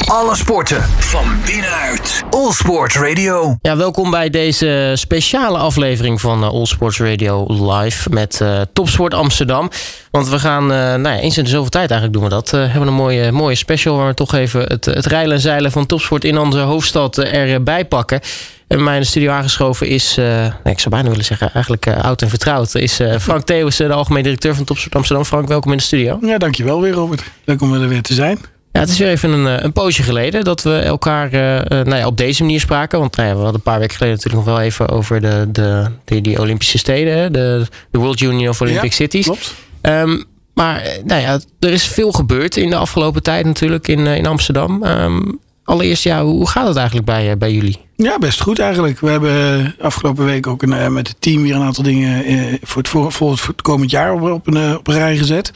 Alle sporten van binnenuit. All Sport Radio. Ja, welkom bij deze speciale aflevering van All Sports Radio Live met Topsport Amsterdam. Want we gaan, eens in de zoveel tijd eigenlijk doen we dat. Hebben een mooie special waar we toch even het rijlen en zeilen van topsport in onze hoofdstad erbij pakken. En bij mij in de studio aangeschoven is, ik zou bijna willen zeggen, eigenlijk oud en vertrouwd, is Frank Theeuwissen, de algemeen directeur van Topsport Amsterdam. Frank, welkom in de studio. Ja, dankjewel weer, Robert. Leuk om er weer te zijn. Ja, het is weer even een poosje geleden dat we elkaar op deze manier spraken. Want we hadden een paar weken geleden natuurlijk nog wel even over die Olympische steden. Hè? De World Union of Olympic Cities. Klopt. Maar er is veel gebeurd in de afgelopen tijd natuurlijk in Amsterdam. Allereerst, hoe gaat het eigenlijk bij jullie? Ja, best goed eigenlijk. We hebben afgelopen week ook met het team weer een aantal dingen voor het komend jaar op een rij gezet.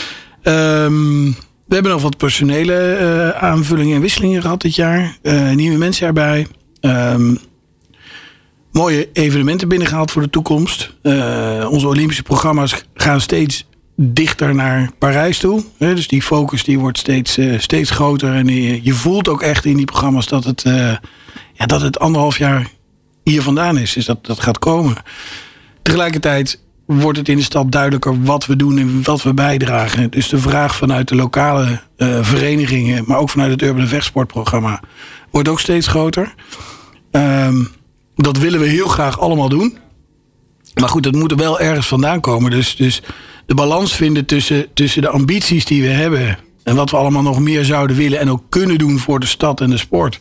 We hebben nog wat personele aanvullingen en wisselingen gehad dit jaar. Nieuwe mensen erbij. Mooie evenementen binnengehaald voor de toekomst. Onze Olympische programma's gaan steeds dichter naar Parijs toe. Dus die focus die wordt steeds groter. En je voelt ook echt in die programma's dat het 1,5 jaar hier vandaan is. Dus dat gaat komen. Tegelijkertijd wordt het in de stad duidelijker wat we doen en wat we bijdragen. Dus de vraag vanuit de lokale verenigingen, maar ook vanuit het Urban Vechtsportprogramma, wordt ook steeds groter. Dat willen we heel graag allemaal doen. Maar goed, dat moet er wel ergens vandaan komen. Dus de balans vinden tussen de ambities die we hebben en wat we allemaal nog meer zouden willen en ook kunnen doen voor de stad en de sport.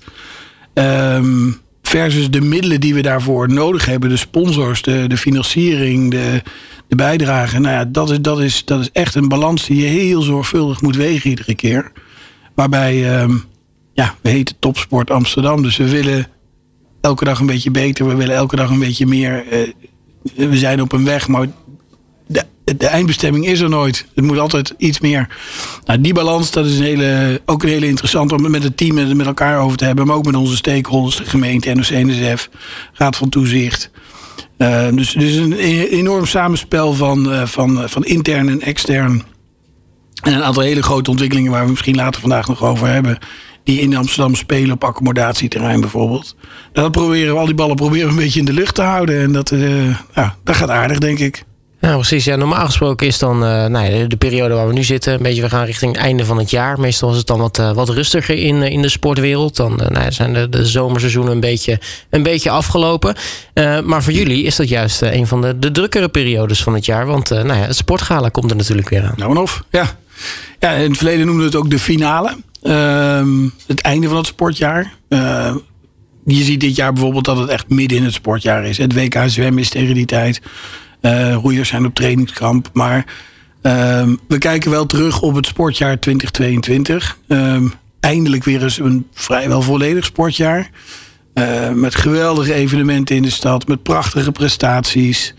Versus de middelen die we daarvoor nodig hebben. De sponsors, de financiering, de bijdrage. Nou ja, dat is echt een balans die je heel zorgvuldig moet wegen iedere keer. Waarbij, we heten Topsport Amsterdam. Dus we willen elke dag een beetje beter. We willen elke dag een beetje meer. We zijn op een weg, maar de eindbestemming is er nooit. Het moet altijd iets meer. Nou, die balans, dat is ook een hele interessante om met het team met elkaar over te hebben. Maar ook met onze stakeholders, de gemeente, NOC-NSF, Raad van Toezicht. Dus een enorm samenspel van intern en extern. En een aantal hele grote ontwikkelingen waar we misschien later vandaag nog over hebben. Die in Amsterdam spelen op accommodatieterrein bijvoorbeeld. Al die ballen proberen we een beetje in de lucht te houden. En dat gaat aardig, denk ik. Ja, precies. Ja, normaal gesproken is dan de periode waar we nu zitten, een beetje, we gaan richting het einde van het jaar. Meestal is het dan wat rustiger in de sportwereld. Dan zijn de zomerseizoenen een beetje afgelopen. Maar voor jullie is dat juist een van de drukkere periodes van het jaar. Want het sportgala komt er natuurlijk weer aan. Nou en of, ja. Ja, in het verleden noemden we het ook de finale. Het einde van het sportjaar. Je ziet dit jaar bijvoorbeeld dat het echt midden in het sportjaar is. Het WK zwemmen is tegen die tijd. Roeiers zijn op trainingskamp. Maar we kijken wel terug op het sportjaar 2022. Eindelijk weer eens een vrijwel volledig sportjaar. Met geweldige evenementen in de stad. Met prachtige prestaties.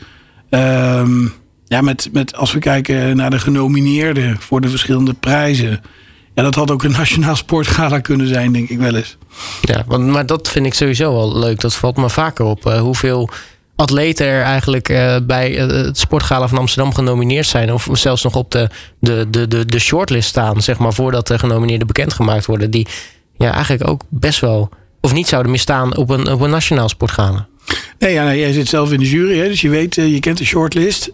Met als we kijken naar de genomineerden voor de verschillende prijzen. Ja, dat had ook een nationaal sportgala kunnen zijn, denk ik wel eens. Ja, maar dat vind ik sowieso wel leuk. Dat valt me vaker op. Hoeveel atleten er eigenlijk bij het sportgala van Amsterdam genomineerd zijn. Of zelfs nog op de shortlist staan, zeg maar, voordat de genomineerden bekendgemaakt worden. Die eigenlijk ook best wel, of niet zouden misstaan op een nationaal sportgala. Nee, jij zit zelf in de jury, hè, dus je weet, je kent de shortlist.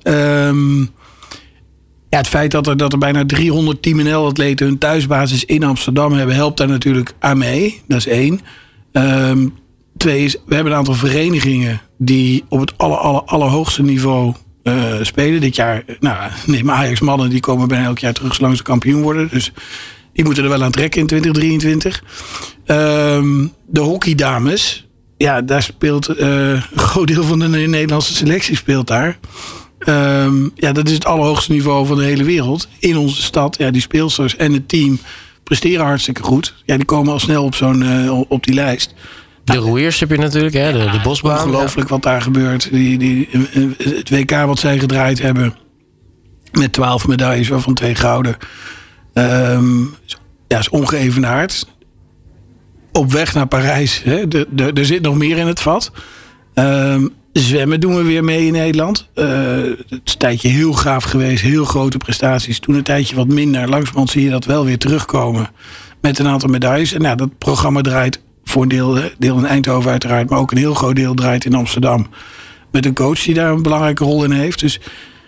Het feit dat er bijna 300 Team NL-atleten hun thuisbasis in Amsterdam hebben, helpt daar natuurlijk aan mee. Dat is 1. 2 is, we hebben een aantal verenigingen die op het allerhoogste niveau spelen. Dit jaar, neem Ajax mannen, die komen bijna elk jaar terug zolang ze kampioen worden. Dus die moeten er wel aan trekken in 2023. De hockeydames, daar speelt een groot deel van de Nederlandse selectie speelt daar. Dat is het allerhoogste niveau van de hele wereld. In onze stad, die speelsters en het team presteren hartstikke goed. Ja, die komen al snel op die lijst. De roeiers heb je natuurlijk, hè? De bosbaan. Ongelooflijk wat daar gebeurt. Het WK wat zij gedraaid hebben. Met 12 medailles, waarvan 2 gouden. Is ongeëvenaard. Op weg naar Parijs. Hè? Er zit nog meer in het vat. Zwemmen doen we weer mee in Nederland. Het is een tijdje heel gaaf geweest. Heel grote prestaties. Toen een tijdje wat minder. Langzamerhand zie je dat wel weer terugkomen. met een aantal medailles. En dat programma draait voor een deel in Eindhoven uiteraard, maar ook een heel groot deel draait in Amsterdam. Met een coach die daar een belangrijke rol in heeft. Dus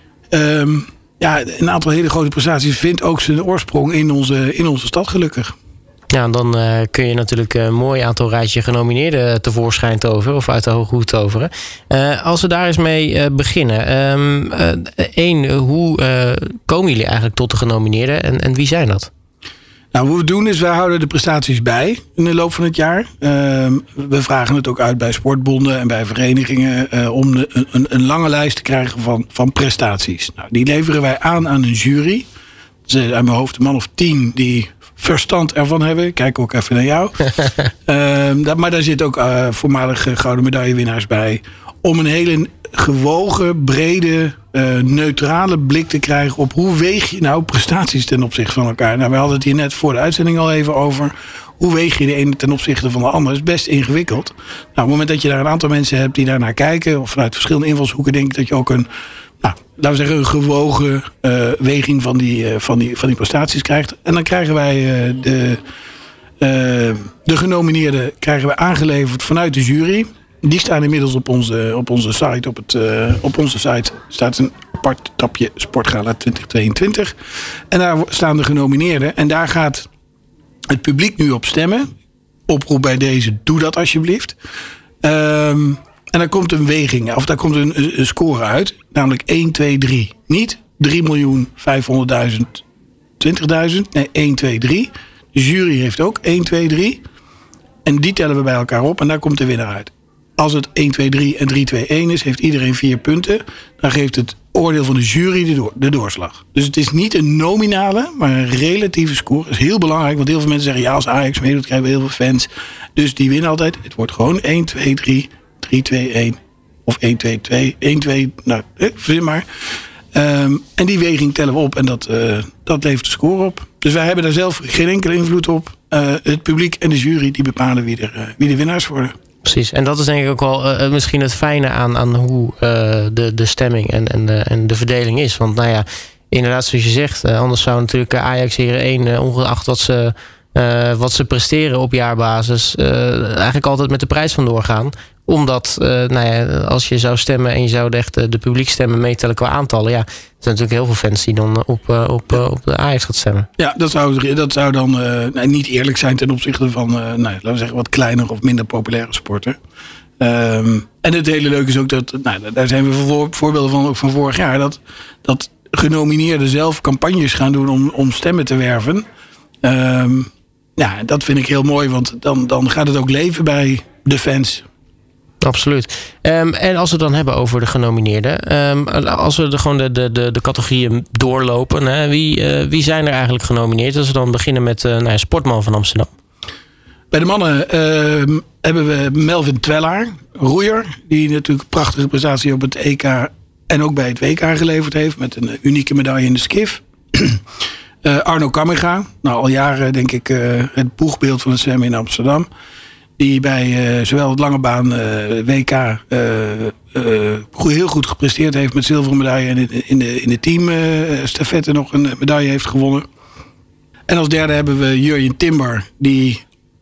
een aantal hele grote prestaties vindt ook zijn oorsprong in onze stad gelukkig. Ja, en dan kun je natuurlijk een mooi aantal rijtje genomineerden tevoorschijn toveren. Of uit de hoge hoed toveren. Als we daar eens mee beginnen. Hoe komen jullie eigenlijk tot de genomineerden en wie zijn dat? Nou, wat we doen is, wij houden de prestaties bij in de loop van het jaar. We vragen het ook uit bij sportbonden en bij verenigingen om een lange lijst te krijgen van prestaties. Nou, die leveren wij aan een jury. Er zijn uit mijn hoofd een man of 10 die verstand ervan hebben. Ik kijk ook even naar jou. Maar daar zitten ook voormalige gouden medaillewinnaars bij. Om een hele gewogen, brede, neutrale blik te krijgen op hoe weeg je nou prestaties ten opzichte van elkaar. Nou, we hadden het hier net voor de uitzending al even over. Hoe weeg je de ene ten opzichte van de ander? Dat is best ingewikkeld. Nou, op het moment dat je daar een aantal mensen hebt die daarnaar kijken, of vanuit verschillende invalshoeken, denk ik dat je ook laten we zeggen, een gewogen weging van die prestaties krijgt. En dan krijgen wij de genomineerden krijgen we aangeleverd vanuit de jury. Die staan inmiddels op onze site. Op onze site staat een apart tapje Sportgala 2022. En daar staan de genomineerden. En daar gaat het publiek nu op stemmen. Oproep bij deze, doe dat alsjeblieft. En daar komt een weging, of daar komt een score uit. Namelijk 1, 2, 3. Niet 3.500.000, 20.000. Nee, 1, 2, 3. De jury heeft ook 1, 2, 3. En die tellen we bij elkaar op en daar komt de winnaar uit. Als het 1, 2, 3 en 3, 2, 1 is, heeft iedereen 4 punten. Dan geeft het oordeel van de jury de doorslag. Dus het is niet een nominale, maar een relatieve score. Dat is heel belangrijk, want heel veel mensen zeggen, ja, als Ajax meedoet, krijgen we heel veel fans. Dus die winnen altijd. Het wordt gewoon 1, 2, 3, 3, 2, 1. Of 1, 2, 2, 1, 2, nou, verzin maar. En die weging tellen we op en dat levert de score op. Dus wij hebben daar zelf geen enkele invloed op. Het publiek en de jury die bepalen wie de winnaars worden. Precies, en dat is denk ik ook wel misschien het fijne aan hoe de stemming en de verdeling is. Want nou ja, inderdaad zoals je zegt, anders zou natuurlijk Ajax Heren 1, ongeacht wat ze presteren op jaarbasis, eigenlijk altijd met de prijs vandoor gaan. Omdat als je zou stemmen en je zou echt de publiekstemmen meetellen qua aantallen, ja, er zijn natuurlijk heel veel fans die dan op de Ajax gaat stemmen. Ja, dat zou dan niet eerlijk zijn ten opzichte van, laten we zeggen, wat kleiner of minder populaire sporten. En het hele leuke is ook dat, daar zijn we voorbeelden van ook van vorig jaar, dat genomineerden zelf campagnes gaan doen om stemmen te werven. Dat vind ik heel mooi, want dan gaat het ook leven bij de fans. Absoluut. En als we het dan hebben over de genomineerden. Als we gewoon de categorieën doorlopen. Wie zijn er eigenlijk genomineerd? Als we dan beginnen met Sportman van Amsterdam. Bij de mannen hebben we Melvin Twellaar, roeier. Die natuurlijk een prachtige prestatie op het EK en ook bij het WK geleverd heeft. Met een unieke medaille in de skiff. Arno Kamminga. Nou, al jaren denk ik het boegbeeld van het zwemmen in Amsterdam. Die bij zowel het lange baan WK heel goed gepresteerd heeft met zilveren medaille. En in de team stafette nog een medaille heeft gewonnen. En als derde hebben we Jurjen Timber. Die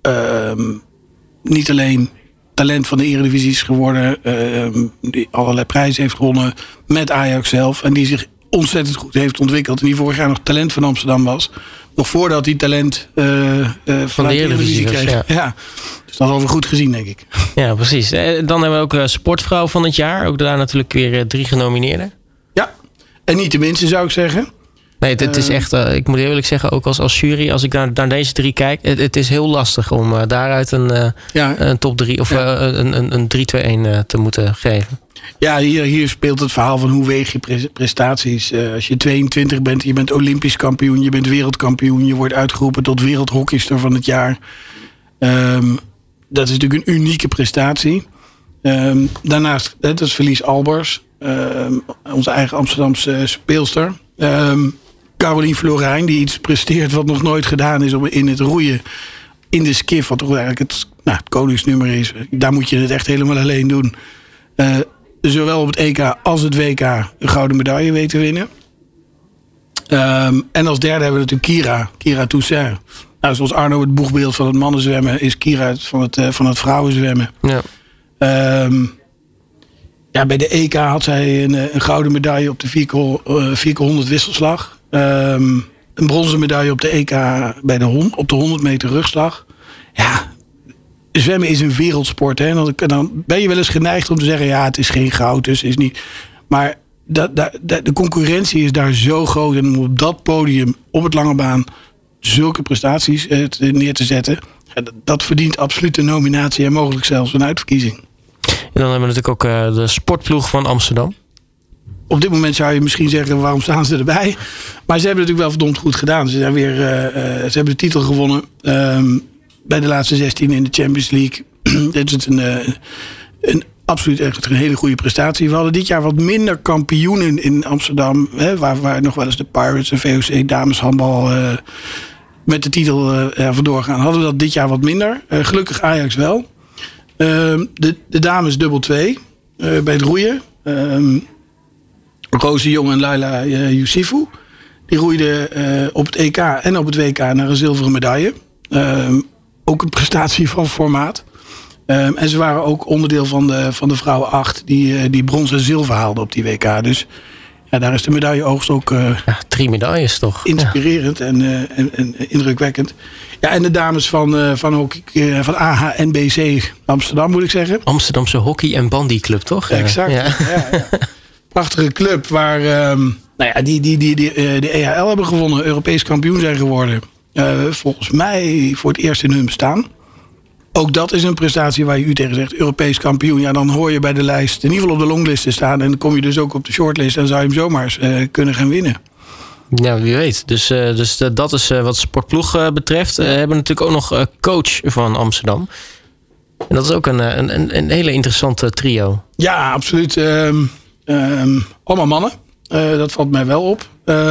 niet alleen talent van de Eredivisie is geworden. Die allerlei prijzen heeft gewonnen met Ajax zelf. En die zich ontzettend goed heeft ontwikkeld. En die vorig jaar nog talent van Amsterdam was. Nog voordat hij talent van de Eredivisie kreeg. Ja. Dus dat hadden we goed gezien, denk ik. Ja, precies. Dan hebben we ook Sportvrouw van het jaar. Ook daar natuurlijk weer 3 genomineerden. Ja, en niet de minste zou ik zeggen. Nee, het is echt, ik moet eerlijk zeggen, ook als jury, als ik naar deze 3 kijk, het is heel lastig om daaruit een top 3 of een 3-2-1 te moeten geven. Ja, hier speelt het verhaal van hoe weeg je prestaties. Als je 22 bent, je bent Olympisch kampioen, je bent wereldkampioen, je wordt uitgeroepen tot wereldhockeyster van het jaar. Dat is natuurlijk een unieke prestatie. Daarnaast, dat is Felice Albers, onze eigen Amsterdamse speelster. Caroline Florijn, die iets presteert wat nog nooit gedaan is in het roeien in de skiff, wat toch eigenlijk het koningsnummer is. Daar moet je het echt helemaal alleen doen. Zowel op het EK als het WK een gouden medaille weten winnen. En als derde hebben we natuurlijk Kira Toussaint. Nou, zoals Arno het boegbeeld van het mannenzwemmen is Kira van het vrouwenzwemmen. Ja. Bij de EK had zij een gouden medaille op de 4x100 wisselslag. Een bronzen medaille op de EK op de 100 meter rugslag. Ja, zwemmen is een wereldsport. Hè? Dan ben je wel eens geneigd om te zeggen, ja, het is geen goud, dus is niet. Maar de concurrentie is daar zo groot. En om op dat podium, op het lange baan, zulke prestaties neer te zetten. Dat verdient absoluut een nominatie en mogelijk zelfs een uitverkiezing. En dan hebben we natuurlijk ook de sportploeg van Amsterdam. Op dit moment zou je misschien zeggen, waarom staan ze erbij? Maar ze hebben natuurlijk wel verdomd goed gedaan. Ze hebben de titel gewonnen bij de laatste 16 in de Champions League. Dit is een absoluut echt een hele goede prestatie. We hadden dit jaar wat minder kampioenen in Amsterdam. Waar nog wel eens de Pirates en VOC dameshandbal met de titel vandoor gaan. Hadden we dat dit jaar wat minder. Gelukkig Ajax wel. De dames dubbel 2 bij het roeien. Rosie Jong en Laila Youssifou. Die roeiden op het EK en op het WK naar een zilveren medaille. Ook een prestatie van formaat. En ze waren ook onderdeel van de vrouwen 8 die brons en zilver haalden op die WK. Dus ja, daar is de medailleoogst ook 3 medailles toch? Inspirerend en indrukwekkend. Ja, en de dames van AHNBC Amsterdam, moet ik zeggen. Amsterdamse Hockey- en Bandyclub, toch? Exact. Ja. Prachtige club waar die de EHL hebben gewonnen. Europees kampioen zijn geworden. Volgens mij voor het eerst in hun bestaan. Ook dat is een prestatie waar je u tegen zegt. Europees kampioen. Ja, dan hoor je bij de lijst, in ieder geval op de longlist te staan. En dan kom je dus ook op de shortlist. En zou je hem zomaar kunnen gaan winnen. Ja, wie weet. Dus dat is wat de sportploeg betreft. We hebben natuurlijk ook nog coach van Amsterdam. En dat is ook een hele interessante trio. Ja, absoluut. Allemaal mannen. Dat valt mij wel op.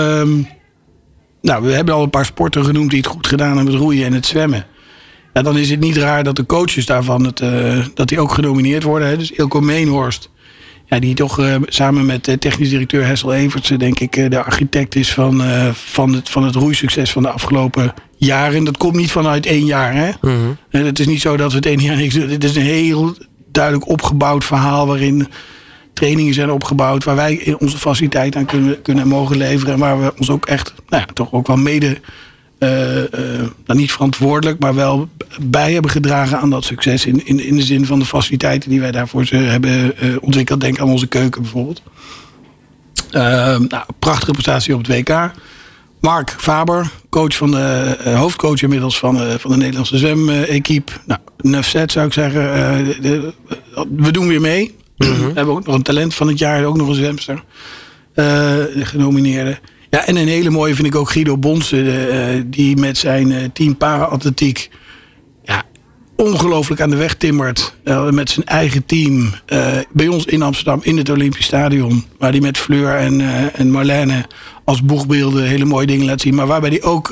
We hebben al een paar sporten genoemd die het goed gedaan hebben. Het roeien en het zwemmen. Ja, dan is het niet raar dat de coaches daarvan dat die ook genomineerd worden. Hè. Dus Ilko Meenhorst. Ja, die toch samen met technisch directeur Hessel Evertsen, denk ik, de architect is van het roeisucces van de afgelopen jaren. Dat komt niet vanuit 1 jaar. Hè? Mm-hmm. Het is niet zo dat we het 1 jaar niks doen. Het is een heel duidelijk opgebouwd verhaal waarin trainingen zijn opgebouwd, waar wij onze faciliteit aan kunnen mogen leveren. En waar we ons ook echt toch ook wel mede, niet verantwoordelijk, maar wel bij hebben gedragen aan dat succes. In de zin van de faciliteiten die wij daarvoor hebben ontwikkeld. Denk aan onze keuken bijvoorbeeld. Prachtige prestatie op het WK. Mark Faber, coach hoofdcoach inmiddels van de Nederlandse zwemequipe. Neuf set zou ik zeggen. We doen weer mee. Mm-hmm. We hebben ook nog een talent van het jaar, ook nog een zwemster genomineerde. Ja, en een hele mooie vind ik ook Guido Bonsen, die met zijn team para-atletiek ongelooflijk aan de weg timmert. Met zijn eigen team bij ons in Amsterdam in het Olympisch Stadion. Waar hij met Fleur en Marlene als boegbeelden hele mooie dingen laat zien. Maar waarbij hij ook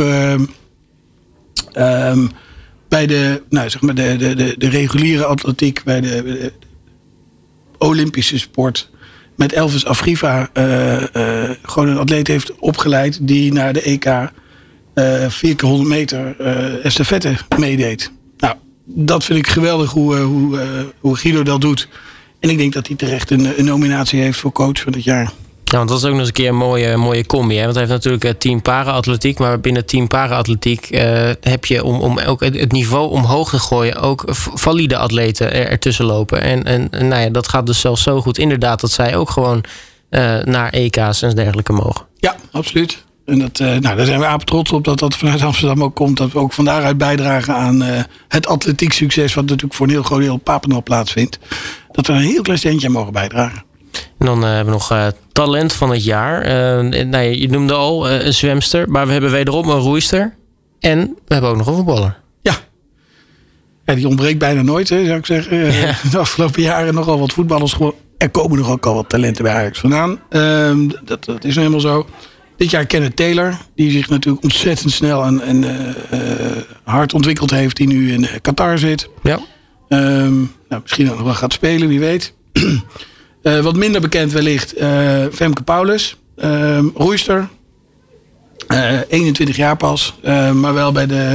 bij de reguliere atletiek, bij de Olympische sport, met Elvis Afriva gewoon een atleet heeft opgeleid die naar de EK 4x100 meter estafette meedeed. Nou, dat vind ik geweldig hoe Guido dat doet. En ik denk dat hij terecht een nominatie heeft voor coach van het jaar. Ja, want dat is ook nog eens een keer een mooie combi. Hè? Want hij heeft natuurlijk team para-atletiek. Maar binnen team para-atletiek heb je om ook het niveau omhoog te gooien ook valide atleten ertussen lopen. En dat gaat dus zelfs zo goed inderdaad dat zij ook gewoon naar EK's en dergelijke mogen. Ja, absoluut. En daar zijn we apen trots op dat vanuit Amsterdam ook komt. Dat we ook van daaruit bijdragen aan het atletiek succes, wat natuurlijk voor een heel groot deel op Papendal plaatsvindt. Dat we een heel klein steentje aan mogen bijdragen. En dan hebben we nog talent van het jaar. Je noemde al een zwemster, maar we hebben wederom een roeister. En we hebben ook nog een voetballer. Ja, die ontbreekt bijna nooit, zou ik zeggen. De afgelopen jaren nogal wat voetballers. Er komen nog ook al wat talenten bij Ajax vandaan. Dat is nou helemaal zo. Dit jaar Kenneth Taylor, die zich natuurlijk ontzettend snel en hard ontwikkeld heeft. Die nu in Qatar zit. Ja. Misschien ook nog wel gaat spelen, wie weet. Wat minder bekend wellicht, Femke Paulus, roeister. 21 jaar pas, maar wel bij de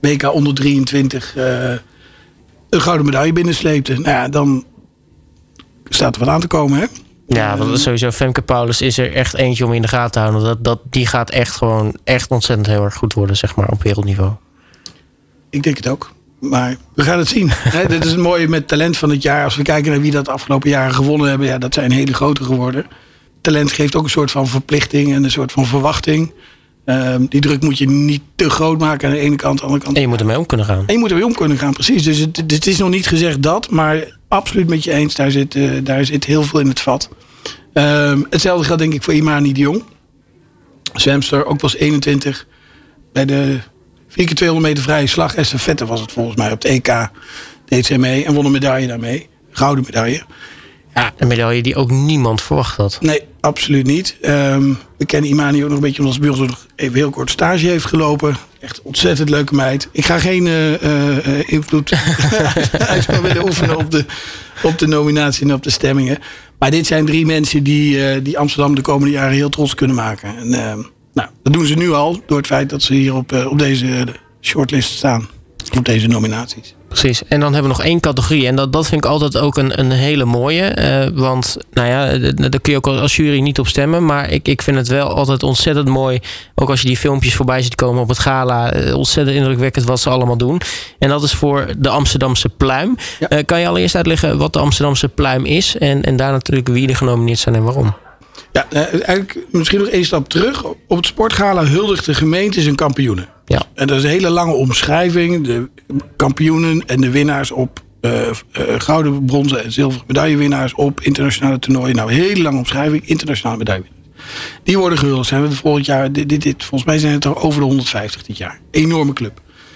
WK onder 23 een gouden medaille binnensleepte. Nou ja, dan staat er wat aan te komen, hè? Ja, want sowieso Femke Paulus is er echt eentje om in de gaten te houden. Die gaat echt gewoon echt ontzettend heel erg goed worden, zeg maar, op wereldniveau. Ik denk het ook. Maar we gaan het zien. Dit is het mooie met talent van het jaar. Als we kijken naar wie dat de afgelopen jaren gewonnen hebben. Ja, dat zijn hele grote geworden. Talent geeft ook een soort van verplichting en een soort van verwachting. Die druk moet je niet te groot maken aan de ene kant. Aan de andere kant. En je moet ermee om kunnen gaan. En je moet ermee om kunnen gaan, precies. Dus het is nog niet gezegd dat. Maar absoluut met je eens. Daar zit heel veel in het vat. Hetzelfde geldt denk ik voor Imani de Jong. Zwemster, ook pas 21. Bij de 4x200 meter vrije slag. Estafette was het volgens mij op het EK. Deed zij mee en won een medaille daarmee. Gouden medaille. Ja, een medaille die ook niemand verwacht had. Nee, absoluut niet. We kennen Imani ook nog een beetje omdat ze bij ons nog even heel kort stage heeft gelopen. Echt een ontzettend leuke meid. Ik ga geen invloed willen oefenen op de nominatie en op de stemmingen. Maar dit zijn 3 mensen die Amsterdam de komende jaren heel trots kunnen maken. En dat doen ze nu al door het feit dat ze hier op deze shortlist staan. Op deze nominaties. Precies. En dan hebben we nog 1 categorie. En dat vind ik altijd ook een hele mooie. Want nou ja, daar kun je ook als jury niet op stemmen. Maar ik vind het wel altijd ontzettend mooi. Ook als je die filmpjes voorbij ziet komen op het gala. Ontzettend indrukwekkend wat ze allemaal doen. En dat is voor de Amsterdamse pluim. Ja. Kan je allereerst uitleggen wat de Amsterdamse pluim is? En daar natuurlijk wie er genomineerd zijn en waarom? Ja, eigenlijk misschien nog 1 stap terug. Op het sportgala huldigt de gemeente zijn kampioenen. Ja. En dat is een hele lange omschrijving. De kampioenen en de winnaars op gouden, bronzen en zilveren medaillewinnaars op internationale toernooien. Nou, een hele lange omschrijving. Internationale medaillewinnaars. Die worden gehuldigd. Zijn we volgend jaar, volgens mij zijn het er over de 150 dit jaar. Enorme club.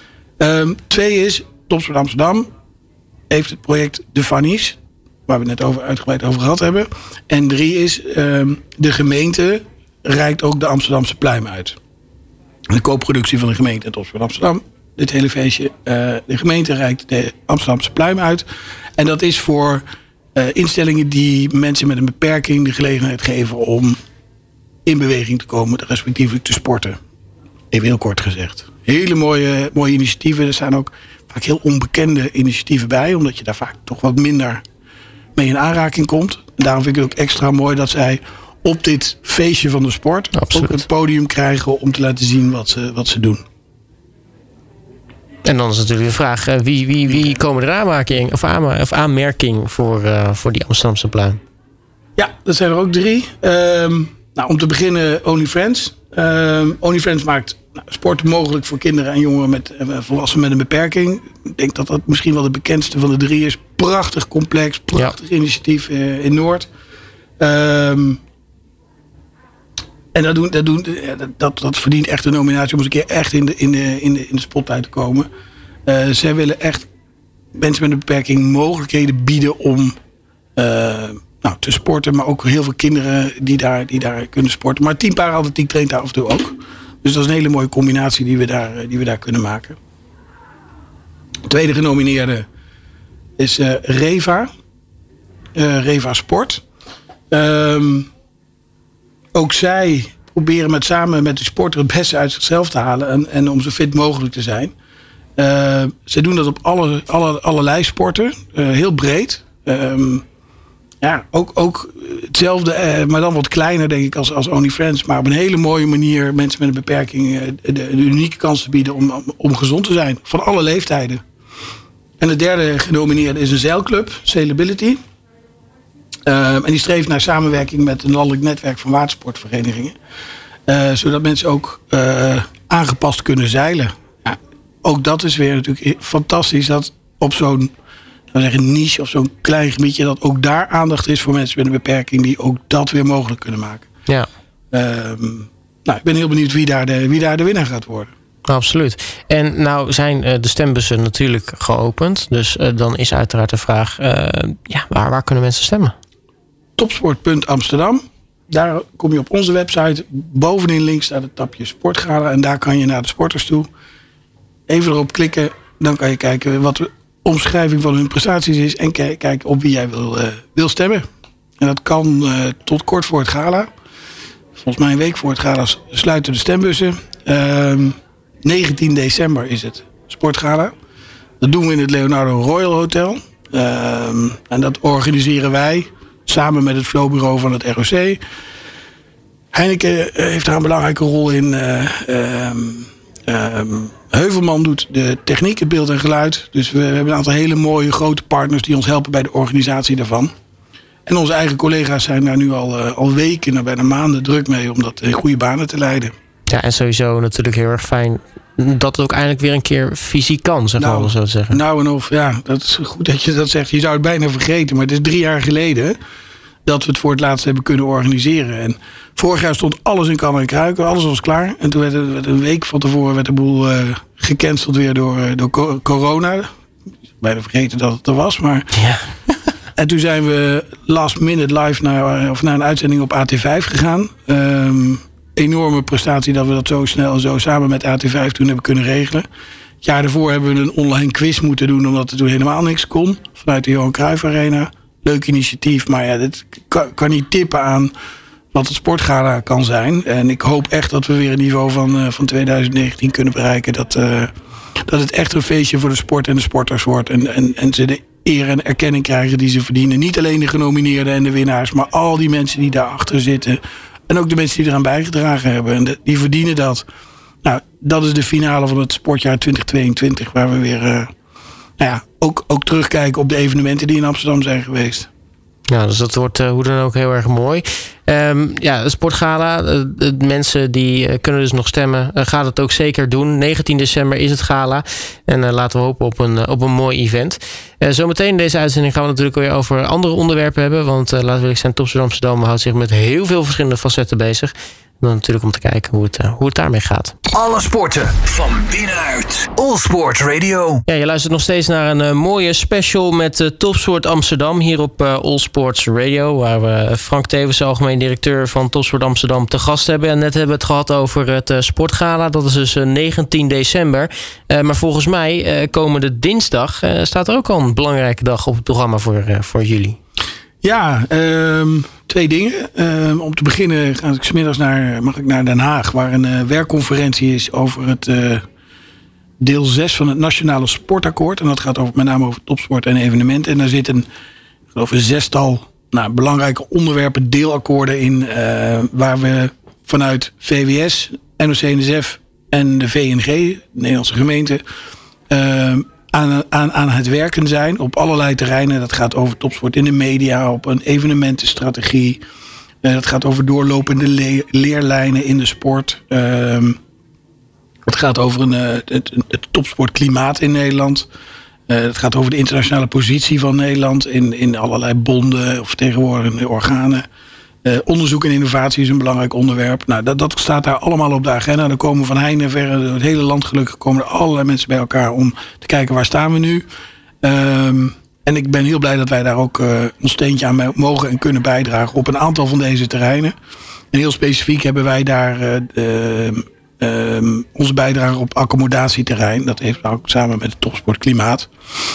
2 is, Topsport Amsterdam heeft het project De Fannies, waar we het net uitgebreid over gehad hebben. En 3 is, de gemeente reikt ook de Amsterdamse pluim uit. De co-productie van de gemeente en Topsport Amsterdam. Dit hele feestje. De gemeente reikt de Amsterdamse pluim uit. En dat is voor instellingen die mensen met een beperking de gelegenheid geven om in beweging te komen, respectievelijk te sporten. Even heel kort gezegd. Hele mooie initiatieven. Er staan ook vaak heel onbekende initiatieven bij, omdat je daar vaak toch wat minder mee in aanraking komt. En daarom vind ik het ook extra mooi dat zij op dit feestje van de sport ook het podium krijgen om te laten zien wat ze doen. En dan is natuurlijk de vraag, wie komen er aanmerking voor die Amsterdamse pluim? Ja, dat zijn er ook 3. Om te beginnen OnlyFriends. OnlyFriends maakt sport mogelijk voor kinderen en jongeren met volwassenen met een beperking. Ik denk dat dat misschien wel de bekendste van de 3 is. Prachtig complex, prachtig initiatief in Noord. En dat verdient echt een nominatie om eens een keer echt in de spotlight te komen. Zij willen echt mensen met een beperking mogelijkheden bieden om te sporten. Maar ook heel veel kinderen die daar kunnen sporten. Maar Team Paralympiek traint daar af en toe ook. Dus dat is een hele mooie combinatie die we daar kunnen maken. De tweede genomineerde is Reva. Reva Sport. Ook zij proberen samen met de sporter het beste uit zichzelf te halen. En om zo fit mogelijk te zijn. Ze doen dat op allerlei sporten. Heel breed. Ook hetzelfde, maar dan wat kleiner denk ik als OnlyFriends. Maar op een hele mooie manier mensen met een beperking de unieke kans te bieden om gezond te zijn. Van alle leeftijden. En de derde genomineerde is een zeilclub, Sailability. En die streeft naar samenwerking met een landelijk netwerk van watersportverenigingen. Zodat mensen ook aangepast kunnen zeilen. Ja, ook dat is weer natuurlijk fantastisch dat op zo'n niche of zo'n klein gebiedje, dat ook daar aandacht is voor mensen met een beperking die ook dat weer mogelijk kunnen maken. Ja. Ik ben heel benieuwd wie daar de winnaar gaat worden. Absoluut. En nou zijn de stembussen natuurlijk geopend. Dus dan is uiteraard de vraag, waar kunnen mensen stemmen? Topsport.amsterdam. Daar kom je op onze website. Bovenin links staat het tapje Sportgala. En daar kan je naar de sporters toe. Even erop klikken. Dan kan je kijken wat de omschrijving van hun prestaties is. En kijken op wie jij wil stemmen. En dat kan tot kort voor het gala. Volgens mij een week voor het gala sluiten de stembussen. 19 december is het. Sportgala. Dat doen we in het Leonardo Royal Hotel. En dat organiseren wij samen met het Flowbureau van het ROC. Heineken heeft daar een belangrijke rol in. Heuvelman doet de techniek, het beeld en geluid. Dus we hebben een aantal hele mooie grote partners die ons helpen bij de organisatie daarvan. En onze eigen collega's zijn daar nu al weken, bijna maanden druk mee om dat in goede banen te leiden. Ja, en sowieso natuurlijk heel erg fijn dat het ook eindelijk weer een keer fysiek kan, zeg maar zo te zeggen. Nou en of, ja, dat is goed dat je dat zegt. Je zou het bijna vergeten, maar het is 3 jaar geleden dat we het voor het laatst hebben kunnen organiseren. En vorig jaar stond alles in kan en kruiken, alles was klaar. En toen werd een week van tevoren de boel gecanceld weer door corona. Bijna vergeten dat het er was, maar... Ja. En toen zijn we last minute live naar een uitzending op AT5 gegaan. Enorme prestatie dat we dat zo snel en zo samen met AT5 toen hebben kunnen regelen. Het jaar daarvoor hebben we een online quiz moeten doen, omdat er toen helemaal niks kon. Vanuit de Johan Cruijff Arena. Leuk initiatief, maar ja, dit kan niet tippen aan wat het Sportgala kan zijn. En ik hoop echt dat we weer een niveau van 2019 kunnen bereiken. Dat het echt een feestje voor de sport en de sporters wordt. En ze de eer en erkenning krijgen die ze verdienen. Niet alleen de genomineerden en de winnaars, maar al die mensen die daarachter zitten. En ook de mensen die eraan bijgedragen hebben. En die verdienen dat. Nou, dat is de finale van het sportjaar 2022. Waar we weer ook terugkijken op de evenementen die in Amsterdam zijn geweest. Ja, dus dat wordt hoe dan ook heel erg mooi. De Sportgala, mensen die kunnen dus nog stemmen. Gaat het ook zeker doen. 19 december is het gala. En laten we hopen op een mooi event. Zometeen in deze uitzending gaan we natuurlijk weer over andere onderwerpen hebben. Want laten we zijn, Top Sport Amsterdam houdt zich met heel veel verschillende facetten bezig. Dan natuurlijk om te kijken hoe het daarmee gaat. Alle sporten van binnenuit. All Sport Radio. Ja, je luistert nog steeds naar een mooie special met Topsport Amsterdam hier op All Sports Radio. Waar we Frank Tevens, algemeen directeur van Topsport Amsterdam, te gast hebben. En net hebben we het gehad over het Sportgala. Dat is dus 19 december. Maar volgens mij komende dinsdag staat er ook al een belangrijke dag op het programma voor jullie. Ja, 2 dingen. Om te beginnen mag ik naar Den Haag, waar een werkconferentie is over het deel 6 van het Nationale Sportakkoord. En dat gaat met name over topsport en evenementen. En daar zit een 6-tal belangrijke onderwerpen, deelakkoorden in, waar we vanuit VWS, NOC-NSF en de VNG, de Nederlandse gemeente, aan het werken zijn op allerlei terreinen. Dat gaat over topsport in de media, op een evenementenstrategie. Dat gaat over doorlopende leerlijnen in de sport. Het gaat over het topsportklimaat in Nederland. Het gaat over de internationale positie van Nederland in allerlei bonden of vertegenwoordigende organen. Onderzoek en innovatie is een belangrijk onderwerp. Nou, dat staat daar allemaal op de agenda. Er komen van heinde en verre, door het hele land gelukkig, komen er allerlei mensen bij elkaar om te kijken waar staan we nu. En ik ben heel blij dat wij daar ook ons steentje aan mogen en kunnen bijdragen op een aantal van deze terreinen. En heel specifiek hebben wij daar onze bijdrage op accommodatieterrein. Dat heeft ook samen met het topsportklimaat.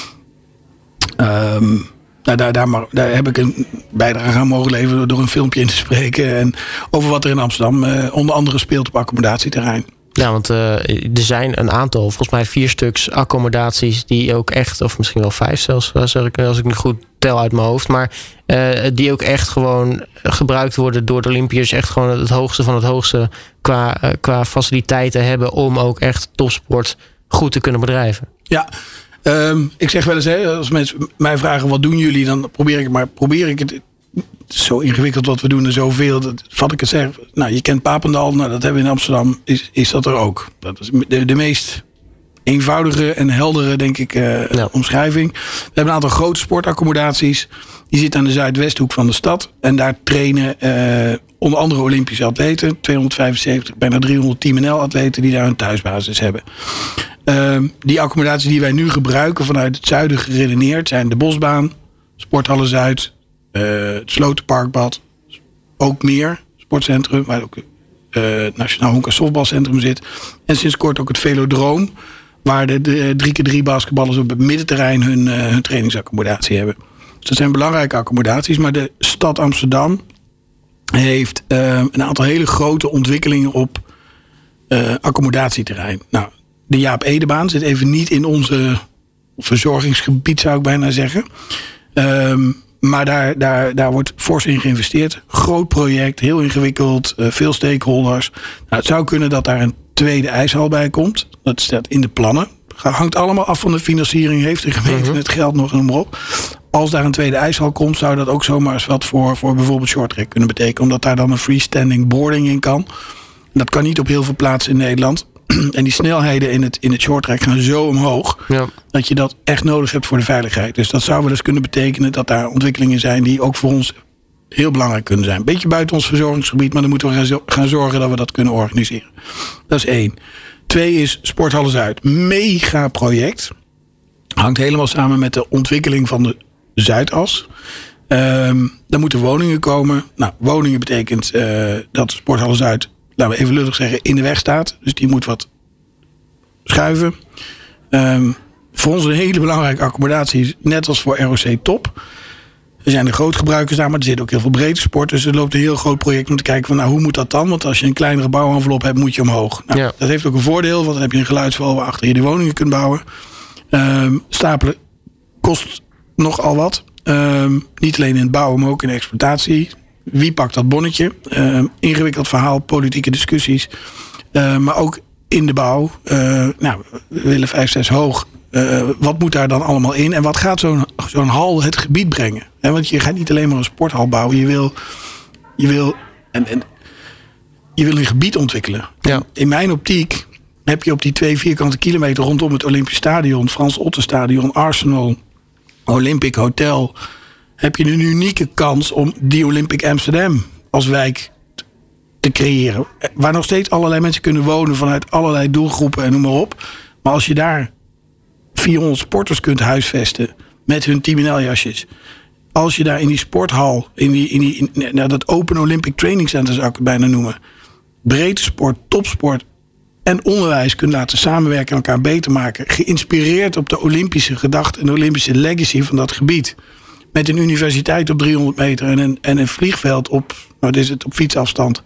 Daar heb ik een bijdrage aan mogen leveren door een filmpje in te spreken. En over wat er in Amsterdam onder andere speelt op accommodatieterrein. Ja, want er zijn een aantal, volgens mij 4 stuks accommodaties die ook echt, of misschien wel 5 zelfs, als ik nu goed tel uit mijn hoofd, maar die ook echt gewoon gebruikt worden door de Olympiërs. Echt gewoon het hoogste van het hoogste qua faciliteiten hebben om ook echt topsport goed te kunnen bedrijven. Ja. Ik zeg wel eens, als mensen mij vragen wat doen jullie, dan probeer ik het zo ingewikkeld wat we doen en zoveel. Dat vat ik het zeg. Nou, je kent Papendal, dat hebben we in Amsterdam, is dat er ook. Dat is de meest eenvoudige en heldere, denk ik, omschrijving. We hebben een aantal grote sportaccommodaties. Die zitten aan de zuidwesthoek van de stad. En daar trainen onder andere Olympische atleten. 275, bijna 300 Team NL-atleten die daar een thuisbasis hebben. Die accommodaties die wij nu gebruiken vanuit het zuiden geredeneerd zijn de Bosbaan, Sporthallen Zuid, het Slotenparkbad, ook meer sportcentrum, waar ook het Nationaal Honk- en Softbalcentrum zit. En sinds kort ook het Velodroom, waar de 3x3 basketballers op het middenterrein hun trainingsaccommodatie hebben. Dus dat zijn belangrijke accommodaties, maar de stad Amsterdam heeft een aantal hele grote ontwikkelingen op accommodatieterrein. Nou, de Jaap Edebaan zit even niet in onze verzorgingsgebied, zou ik bijna zeggen. Maar daar wordt fors in geïnvesteerd. Groot project, heel ingewikkeld, veel stakeholders. Nou, het zou kunnen dat daar een tweede ijshal bij komt. Dat staat in de plannen. Hangt allemaal af van de financiering. Heeft de gemeente het geld nog, noem maar op. Als daar een tweede ijshal komt, zou dat ook zomaar eens wat voor bijvoorbeeld shorttrack kunnen betekenen. Omdat daar dan een freestanding boarding in kan. Dat kan niet op heel veel plaatsen in Nederland. En die snelheden in het shorttrack gaan zo omhoog. Ja. Dat je dat echt nodig hebt voor de veiligheid. Dus dat zou wel eens kunnen betekenen dat daar ontwikkelingen zijn die ook voor ons heel belangrijk kunnen zijn. Beetje buiten ons verzorgingsgebied, maar dan moeten we gaan zorgen dat we dat kunnen organiseren. Dat is 1. 2 is Sporthallen Zuid. Mega project. Hangt helemaal samen met de ontwikkeling van de Zuidas. Daar moeten woningen komen. Nou, woningen betekent dat Sporthallen Zuid, laten we even lullig zeggen, in de weg staat. Dus die moet wat schuiven. Voor ons een hele belangrijke accommodatie, net als voor ROC Top. Er zijn de grootgebruikers daar, maar er zit ook heel veel breedte sport. Dus er loopt een heel groot project om te kijken van, nou, hoe moet dat dan? Want als je een kleinere bouwenvelop hebt, moet je omhoog. Nou, ja. Dat heeft ook een voordeel, want dan heb je een geluidswal waarachter je die woningen kunt bouwen. Stapelen kost nogal wat. Niet alleen in het bouwen, maar ook in de exploitatie. Wie pakt dat bonnetje? Ingewikkeld verhaal, politieke discussies. Maar ook in de bouw. We willen 5, 6 hoog. Wat moet daar dan allemaal in? En wat gaat zo'n hal het gebied brengen? Want je gaat niet alleen maar een sporthal bouwen. Je wil een gebied ontwikkelen. Ja. In mijn optiek heb je op die 2 vierkante kilometer rondom het Olympisch Stadion, Frans Ottenstadion, Arsenal, Olympic Hotel, heb je een unieke kans om die Olympic Amsterdam als wijk te creëren. Waar nog steeds allerlei mensen kunnen wonen vanuit allerlei doelgroepen en noem maar op. Maar als je daar 400 sporters kunt huisvesten met hun Timinel-jasjes. Als je daar in die sporthal, in dat Open Olympic Training Center zou ik het bijna noemen, breedte sport, topsport en onderwijs kunt laten samenwerken en elkaar beter maken. Geïnspireerd op de Olympische gedachte en de Olympische legacy van dat gebied. Met een universiteit op 300 meter en een vliegveld op fietsafstand.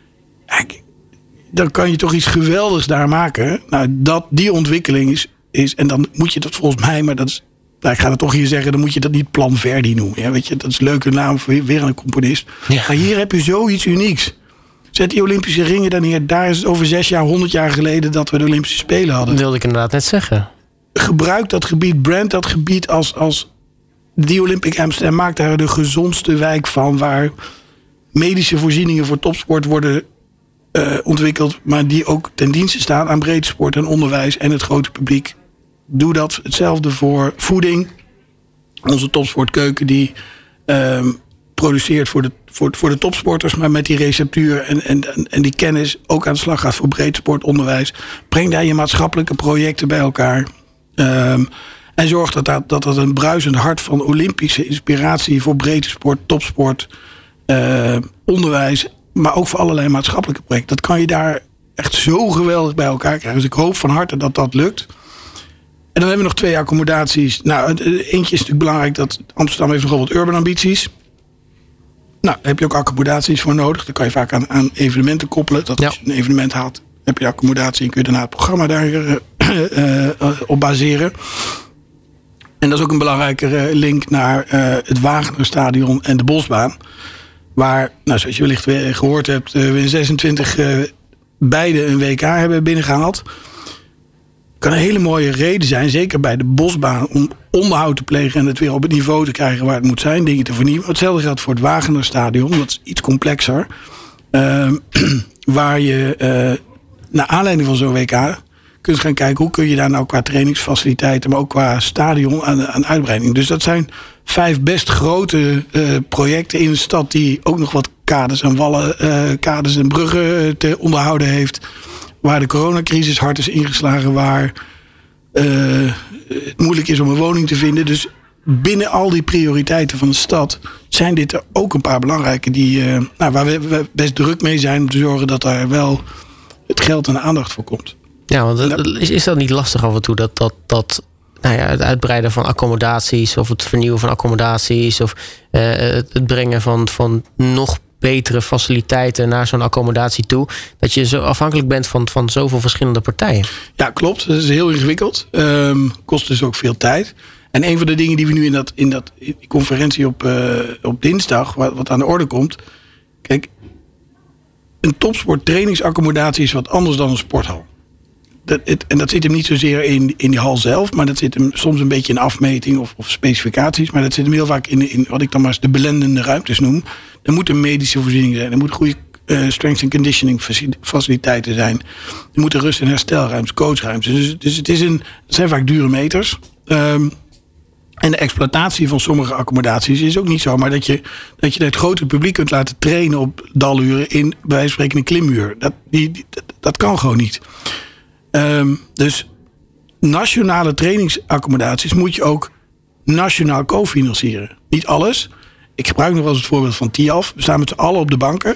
Dan kan je toch iets geweldigs daar maken. Nou, die ontwikkeling is, en dan moet je dat volgens mij, maar dat is, ik ga het toch hier zeggen, dan moet je dat niet Plan Verdi noemen. Ja, weet je, dat is een leuke naam voor weer een componist. Ja. Maar hier heb je zoiets unieks. Zet die Olympische ringen dan neer. Daar is het over 6 jaar, 100 jaar geleden dat we de Olympische Spelen hadden. Dat wilde ik inderdaad net zeggen. Gebruik dat gebied, brand dat gebied als die Olympic Amsterdam. Maakt daar de gezondste wijk van, waar medische voorzieningen voor topsport worden ontwikkeld, maar die ook ten dienste staan aan breedte sport en onderwijs en het grote publiek. Doe dat hetzelfde voor voeding. Onze topsportkeuken die produceert voor de topsporters, maar met die receptuur en die kennis ook aan de slag gaat voor breedsport, onderwijs. Breng daar je maatschappelijke projecten bij elkaar. En zorg dat een bruisend hart van Olympische inspiratie voor breedte sport, topsport, onderwijs, maar ook voor allerlei maatschappelijke projecten. Dat kan je daar echt zo geweldig bij elkaar krijgen. Dus ik hoop van harte dat dat lukt. En dan hebben we nog 2 accommodaties. Nou, eentje is natuurlijk belangrijk, dat Amsterdam heeft nogal wat urban ambities. Nou, daar heb je ook accommodaties voor nodig. Dat kan je vaak aan evenementen koppelen. Dat als je een evenement haalt, heb je accommodatie en kun je daarna het programma daar op baseren. En dat is ook een belangrijke link naar het Wagenerstadion en de Bosbaan. Waar, nou, zoals je wellicht gehoord hebt, we in 26 beide een WK hebben binnengehaald. Kan een hele mooie reden zijn, zeker bij de Bosbaan, om onderhoud te plegen en het weer op het niveau te krijgen waar het moet zijn. Dingen te vernieuwen. Hetzelfde geldt voor het Wagenerstadion. Dat is iets complexer. Waar je naar aanleiding van zo'n WK kunt gaan kijken hoe kun je daar nou qua trainingsfaciliteiten, maar ook qua stadion aan uitbreiding. Dus dat zijn 5 best grote projecten in een stad die ook nog wat kades en wallen, kades en bruggen te onderhouden heeft. Waar de coronacrisis hard is ingeslagen, waar het moeilijk is om een woning te vinden. Dus binnen al die prioriteiten van de stad zijn dit er ook een paar belangrijke waar we best druk mee zijn om te zorgen dat daar wel het geld en de aandacht voor komt. Ja, want is dat niet lastig af en toe dat het uitbreiden van accommodaties of het vernieuwen van accommodaties of het brengen van nog betere faciliteiten naar zo'n accommodatie toe, dat je zo afhankelijk bent van zoveel verschillende partijen. Ja, klopt. Dat is heel ingewikkeld. Kost dus ook veel tijd. En een van de dingen die we nu in die conferentie op dinsdag, wat aan de orde komt. Kijk, een topsport trainingsaccommodatie is wat anders dan een sporthal. En dat zit hem niet zozeer in die hal zelf, maar dat zit hem soms een beetje in afmeting of specificaties. Maar dat zit hem heel vaak in wat ik dan maar eens de belendende ruimtes noem. Er moet een medische voorziening zijn. Er moet goede strength and conditioning faciliteiten zijn. Er moeten rust- en herstelruimtes, coachruimtes. Dus het zijn vaak dure meters. En de exploitatie van sommige accommodaties is ook niet zo. Maar dat je het grote publiek kunt laten trainen op daluren in, bij wijze van spreken, een klimmuur. Dat kan gewoon niet. Dus nationale trainingsaccommodaties moet je ook nationaal cofinancieren. Niet alles. Ik gebruik nog wel eens het voorbeeld van Tialf. We staan met z'n allen op de banken.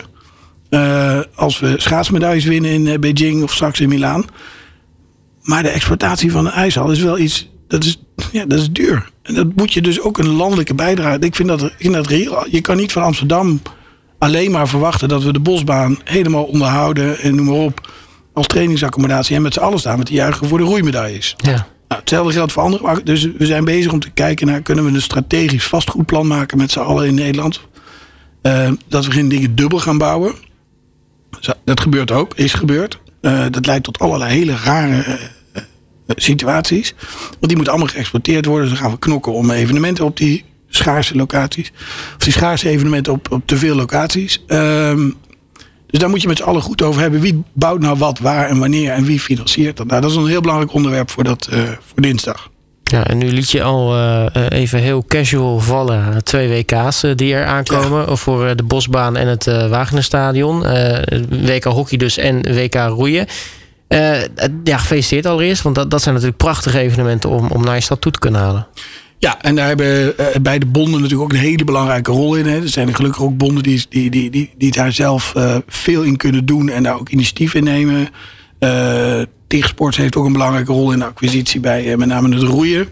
Als we schaatsmedailles winnen in Beijing of straks in Milaan. Maar de exploitatie van een ijshal is wel iets, dat is duur. En dat moet je dus ook een landelijke bijdrage. Ik vind dat reëel. Je kan niet van Amsterdam alleen maar verwachten dat we de bosbaan helemaal onderhouden en noem maar op, als trainingsaccommodatie en met z'n allen staan met te juichen voor de roeimedailles. Ja. Nou, hetzelfde geldt voor andere. Dus we zijn bezig om te kijken naar, kunnen we een strategisch vastgoedplan maken met z'n allen in Nederland. Dat we geen dingen dubbel gaan bouwen. Dat gebeurt ook, is gebeurd. Dat leidt tot allerlei hele rare situaties. Want die moeten allemaal geëxploiteerd worden. Dus dan gaan we knokken om evenementen op die schaarse locaties. Of die schaarse evenementen op te veel locaties. Dus daar moet je met z'n allen goed over hebben. Wie bouwt nou wat, waar en wanneer en wie financiert dat? Nou, dat is een heel belangrijk onderwerp voor dinsdag. Ja, en nu liet je al even heel casual vallen 2 WK's die er aankomen. Ja. Voor de Bosbaan en het Wagenerstadion. WK hockey dus en WK roeien. Gefeliciteerd allereerst. Want dat zijn natuurlijk prachtige evenementen om naar je stad toe te kunnen halen. Ja, en daar hebben beide bonden natuurlijk ook een hele belangrijke rol in. Hè. Er zijn er gelukkig ook bonden die daar zelf veel in kunnen doen en daar ook initiatief in nemen. Tegensports heeft ook een belangrijke rol in de acquisitie bij met name het roeien.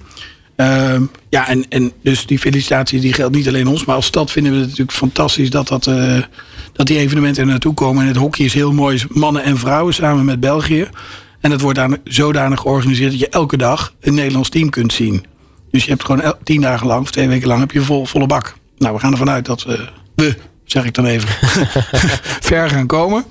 En dus die felicitatie die geldt niet alleen ons, maar als stad vinden we het natuurlijk fantastisch dat die evenementen er naartoe komen. En het hockey is heel mooi, mannen en vrouwen samen met België. En dat wordt zodanig georganiseerd dat je elke dag een Nederlands team kunt zien. Dus je hebt gewoon 10 dagen lang of 2 weken lang heb je volle bak. Nou, we gaan ervan uit dat we zeg ik dan even, ver gaan komen.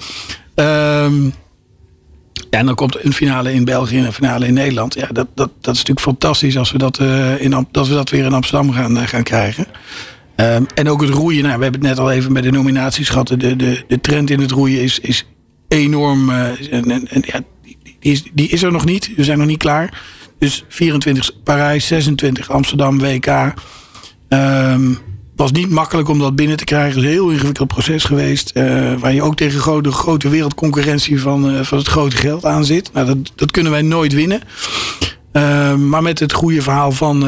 En dan komt een finale in België en een finale in Nederland. Ja, dat is natuurlijk fantastisch als we dat weer in Amsterdam gaan krijgen. En ook het roeien. Nou, we hebben het net al even bij de nominaties gehad. De trend in het roeien is enorm. Die is er nog niet. We zijn nog niet klaar. Dus 24 Parijs, 26 Amsterdam, WK. Was niet makkelijk om dat binnen te krijgen. Het is een heel ingewikkeld proces geweest. Waar je ook tegen de grote wereldconcurrentie van het grote geld aan zit. Nou, dat kunnen wij nooit winnen. Maar met het goede verhaal van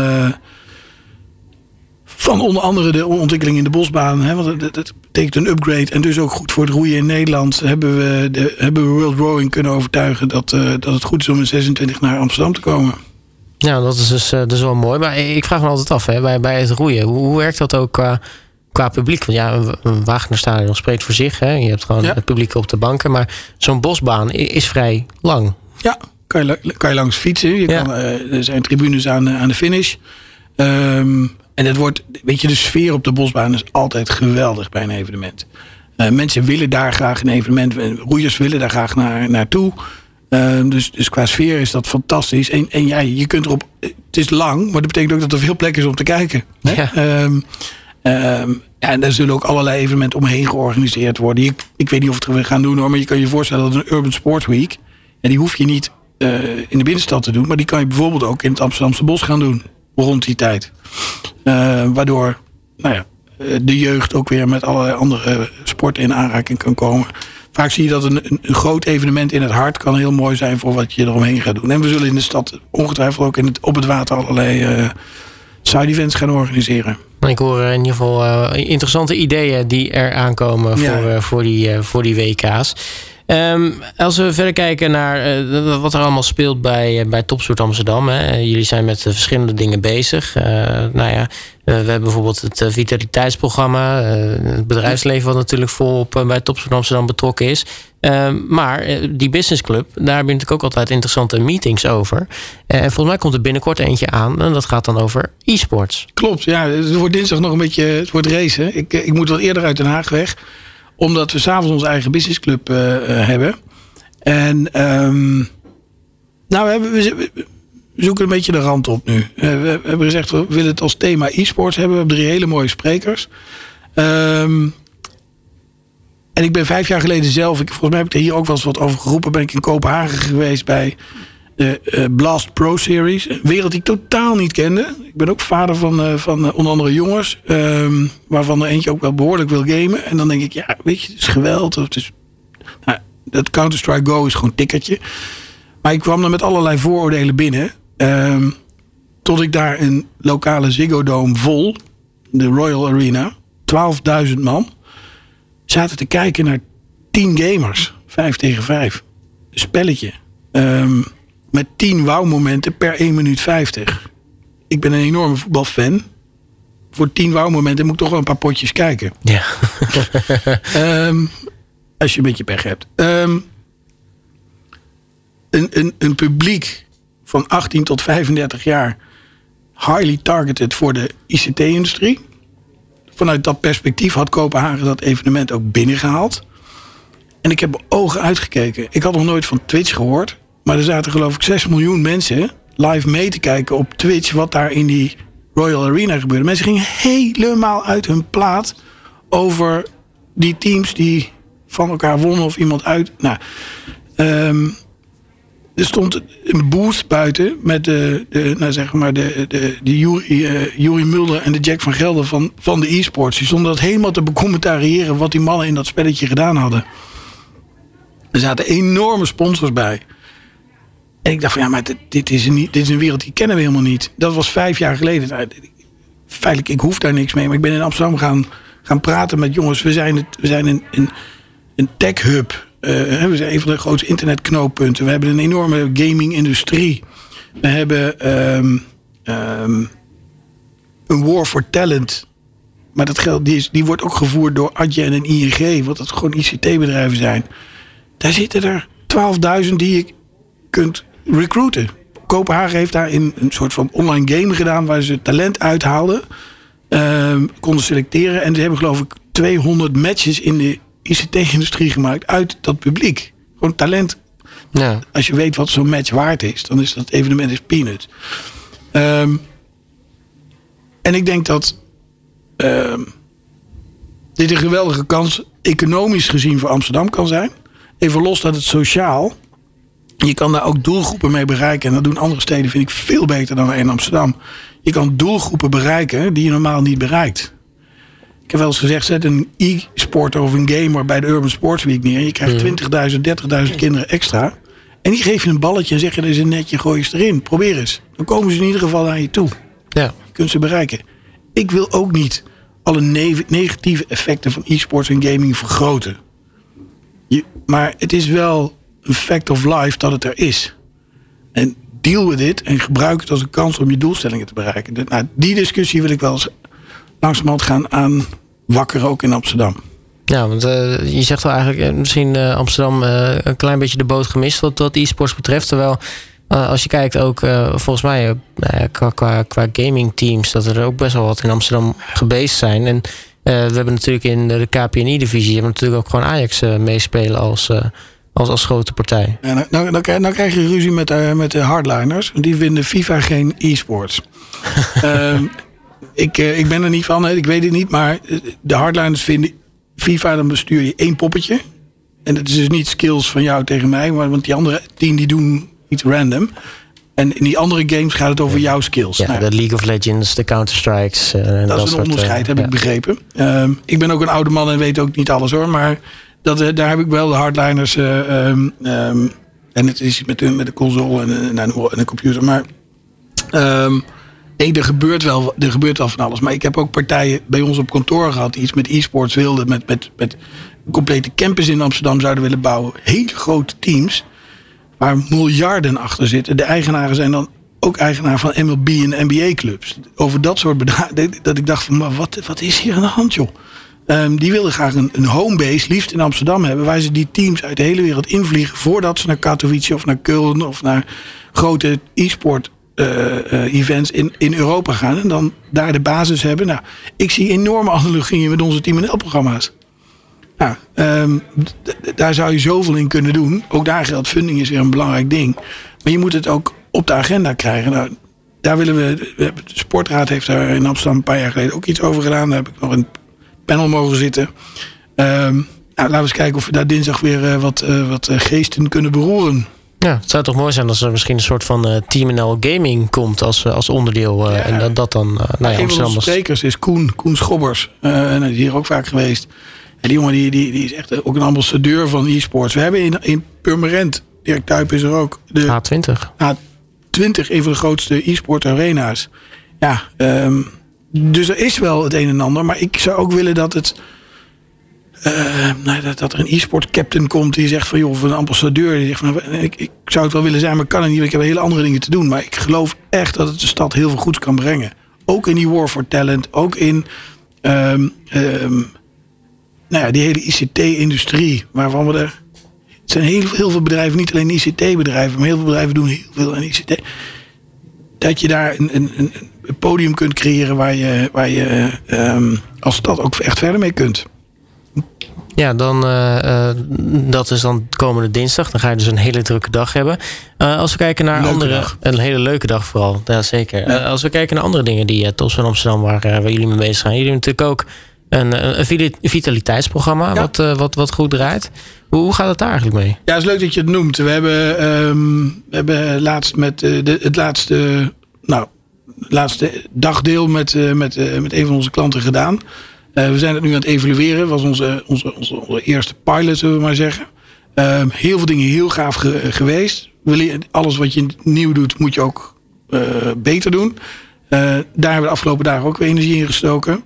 onder andere de ontwikkeling in de bosbaan. Hè, want dat betekent een upgrade. En dus ook goed voor het roeien in Nederland. Hebben we World Rowing kunnen overtuigen dat het goed is om in 26 naar Amsterdam te komen. Ja, dat is dus wel mooi. Maar ik vraag me altijd af, hè, bij het roeien. Hoe werkt dat ook qua publiek? Want ja, een Wagenerstadion spreekt voor zich. Hè. Je hebt gewoon het publiek op de banken. Maar zo'n bosbaan is vrij lang. Ja, kan je langs fietsen. Er zijn tribunes aan de finish. En het wordt, weet je, de sfeer op de bosbaan is altijd geweldig bij een evenement. Mensen willen daar graag een evenement. Roeiers willen daar graag naartoe. Dus qua sfeer is dat fantastisch. En ja, je kunt erop. Het is lang, maar dat betekent ook dat er veel plek is om te kijken. Hè? Ja. En daar zullen ook allerlei evenementen omheen georganiseerd worden. Ik weet niet of we het gaan doen hoor, maar je kan je voorstellen dat een Urban Sport Week. En die hoef je niet in de binnenstad te doen, maar die kan je bijvoorbeeld ook in het Amsterdamse bos gaan doen. Rond die tijd. Waardoor de jeugd ook weer met allerlei andere sporten in aanraking kan komen. Vaak zie je dat een groot evenement in het hart kan heel mooi zijn voor wat je eromheen gaat doen. En we zullen in de stad ongetwijfeld ook op het water allerlei side events gaan organiseren. Ik hoor in ieder geval interessante ideeën die er aankomen voor die WK's. Als we verder kijken naar wat er allemaal speelt bij Topsport Amsterdam. Hè. Jullie zijn met verschillende dingen bezig. We hebben bijvoorbeeld het vitaliteitsprogramma. Het bedrijfsleven wat natuurlijk volop bij Topsport Amsterdam betrokken is. Maar die businessclub, daar heb je natuurlijk ook altijd interessante meetings over. En volgens mij komt er binnenkort eentje aan. En dat gaat dan over e-sports. Klopt, ja. Het wordt dinsdag nog een beetje, het wordt racen. Ik moet wel eerder uit Den Haag weg. Omdat we s'avonds onze eigen businessclub hebben. En we zoeken een beetje de rand op nu. We hebben gezegd, we willen het als thema e-sports hebben. We hebben 3 hele mooie sprekers. En ik ben 5 jaar geleden zelf, volgens mij heb ik er hier ook wel eens wat over geroepen, ben ik in Kopenhagen geweest bij de Blast Pro Series. Een wereld die ik totaal niet kende. Ik ben ook vader van onder andere jongens, waarvan er eentje ook wel behoorlijk wil gamen. En dan denk ik, ja, weet je, het is geweld. Of het is, dat Counter-Strike Go is gewoon tikkertje. Maar ik kwam er met allerlei vooroordelen binnen. Tot ik daar een lokale Ziggo Dome vol, de Royal Arena, 12.000 man, zaten te kijken naar 10 gamers. 5 tegen 5. Een spelletje. Met 10 wauw-momenten per 1 minuut 50. Ik ben een enorme voetbalfan. Voor 10 wauw-momenten moet ik toch wel een paar potjes kijken. Ja. Als je een beetje pech hebt. Een publiek van 18 tot 35 jaar. Highly targeted voor de ICT-industrie. Vanuit dat perspectief had Kopenhagen dat evenement ook binnengehaald. En ik heb mijn ogen uitgekeken. Ik had nog nooit van Twitch gehoord. Maar er zaten geloof ik 6 miljoen mensen live mee te kijken op Twitch wat daar in die Royal Arena gebeurde. Mensen gingen helemaal uit hun plaat over die teams die van elkaar wonnen of iemand uit. Nou, er stond een booth buiten met de Yuri Mulder en de Jack van Gelder van de e-sports. Die stonden dat helemaal te becommentariëren wat die mannen in dat spelletje gedaan hadden. Er zaten enorme sponsors bij. En ik dacht van ja, maar dit is een wereld die kennen we helemaal niet. Dat was 5 jaar geleden. Feitelijk, ik hoef daar niks mee. Maar ik ben in Amsterdam gaan praten met jongens. We zijn een tech hub. We zijn een van de grootste internetknooppunten. We hebben een enorme gaming-industrie. We hebben een war for talent. Maar dat geld die wordt ook gevoerd door Adyen en ING. Wat dat gewoon ICT-bedrijven zijn. Daar zitten er 12.000 die je kunt recruiten. Kopenhagen heeft daar een soort van online game gedaan waar ze talent uithaalden. Konden selecteren. En ze hebben geloof ik 200 matches in de ICT-industrie gemaakt uit dat publiek. Gewoon talent. Ja. Als je weet wat zo'n match waard is, dan is dat evenement is peanuts. En ik denk dat dit een geweldige kans economisch gezien voor Amsterdam kan zijn. Even los dat het sociaal. Je kan daar ook doelgroepen mee bereiken. En dat doen andere steden, vind ik, veel beter dan in Amsterdam. Je kan doelgroepen bereiken die je normaal niet bereikt. Ik heb wel eens gezegd, zet een e-sporter of een gamer bij de Urban Sports Week neer. En je krijgt 20.000, 30.000 kinderen extra. En die geef je een balletje en zeg je, er is een netje, gooi je erin. Probeer eens. Dan komen ze in ieder geval naar je toe. Ja. Je kunt ze bereiken. Ik wil ook niet alle negatieve effecten van e-sports en gaming vergroten. Maar het is wel een fact of life dat het er is. En deal with it en gebruik het als een kans om je doelstellingen te bereiken. Nou, die discussie wil ik wel eens langzamerhand gaan aanwakkeren, ook in Amsterdam. Ja, want je zegt wel eigenlijk misschien Amsterdam een klein beetje de boot gemist wat e-sports betreft. Terwijl als je kijkt ook volgens mij qua gaming teams dat er ook best wel wat in Amsterdam gebeest zijn. En we hebben natuurlijk in de KPNI-divisie hebben we natuurlijk ook gewoon Ajax meespelen als grote partij. Ja, nou krijg je ruzie met de hardliners. Die vinden FIFA geen e-sports. Ik ben er niet van, ik weet het niet. Maar de hardliners vinden FIFA, dan bestuur je 1 poppetje. En dat is dus niet skills van jou tegen mij. Want die andere 10 die doen iets random. En in die andere games gaat het over jouw skills. Ja, de League of Legends, de Counter-Strikes. Dat is een onderscheid, heb ik begrepen. Ik ben ook een oude man en weet ook niet alles hoor. Maar daar heb ik wel de hardliners. En het is met de console en de computer. Maar Nee, er gebeurt wel van alles. Maar ik heb ook partijen bij ons op kantoor gehad die iets met e-sports wilden. Met een complete campus in Amsterdam zouden willen bouwen. Hele grote teams waar miljarden achter zitten. De eigenaren zijn dan ook eigenaar van MLB en NBA-clubs. Over dat soort bedragen. Dat ik dacht van, maar wat is hier aan de hand, joh? Die wilden graag een homebase, liefst in Amsterdam hebben, waar ze die teams uit de hele wereld invliegen voordat ze naar Katowice of naar Köln of naar grote e-sport events in Europa gaan. En dan daar de basis hebben. Nou, ik zie enorme analogieën met onze Team NL-programma's. Nou, daar zou je zoveel in kunnen doen. Ook daar geldt, funding is weer een belangrijk ding. Maar je moet het ook op de agenda krijgen. Nou, daar willen de Sportraad heeft daar in Amsterdam een paar jaar geleden ook iets over gedaan. Daar heb ik nog een panel mogen zitten. Laten we eens kijken of we daar dinsdag weer wat geesten kunnen beroeren. Ja, het zou toch mooi zijn als er misschien een soort van Team NL Gaming komt als onderdeel. En dat dan een van onze sprekers is Koen Schobbers. Die is hier ook vaak geweest. En die jongen die is echt ook een ambassadeur van e-sports. We hebben in Purmerend, Dirk Tuyp is er ook. De A20. A20, een van de grootste e-sport arena's. Ja, dus er is wel het een en ander. Maar ik zou ook willen dat het dat er een e-sport captain komt die zegt van joh, of een ambassadeur die zegt van ik zou het wel willen zijn, maar kan het niet. Ik heb hele andere dingen te doen. Maar ik geloof echt dat het de stad heel veel goeds kan brengen. Ook in die war for talent, ook in die hele ICT-industrie, waarvan we er. Het zijn heel veel bedrijven, niet alleen ICT-bedrijven, maar heel veel bedrijven doen heel veel aan ICT. Dat je daar een podium kunt creëren waar je als stad ook echt verder mee kunt. Ja, dan dat is dan komende dinsdag. Dan ga je dus een hele drukke dag hebben. Als we kijken naar een hele leuke dag vooral. Ja, zeker. Ja. Als we kijken naar andere dingen die Tops van Amsterdam waar jullie mee bezig zijn. Jullie hebben natuurlijk ook een vitaliteitsprogramma wat goed draait. Hoe gaat het daar eigenlijk mee? Ja, het is leuk dat je het noemt. We hebben laatst met het laatste dagdeel met een van onze klanten gedaan. We zijn het nu aan het evalueren. Dat was onze eerste pilot, zullen we maar zeggen. Heel veel dingen heel gaaf geweest. Alles wat je nieuw doet, moet je ook beter doen. Daar hebben we de afgelopen dagen ook weer energie in gestoken.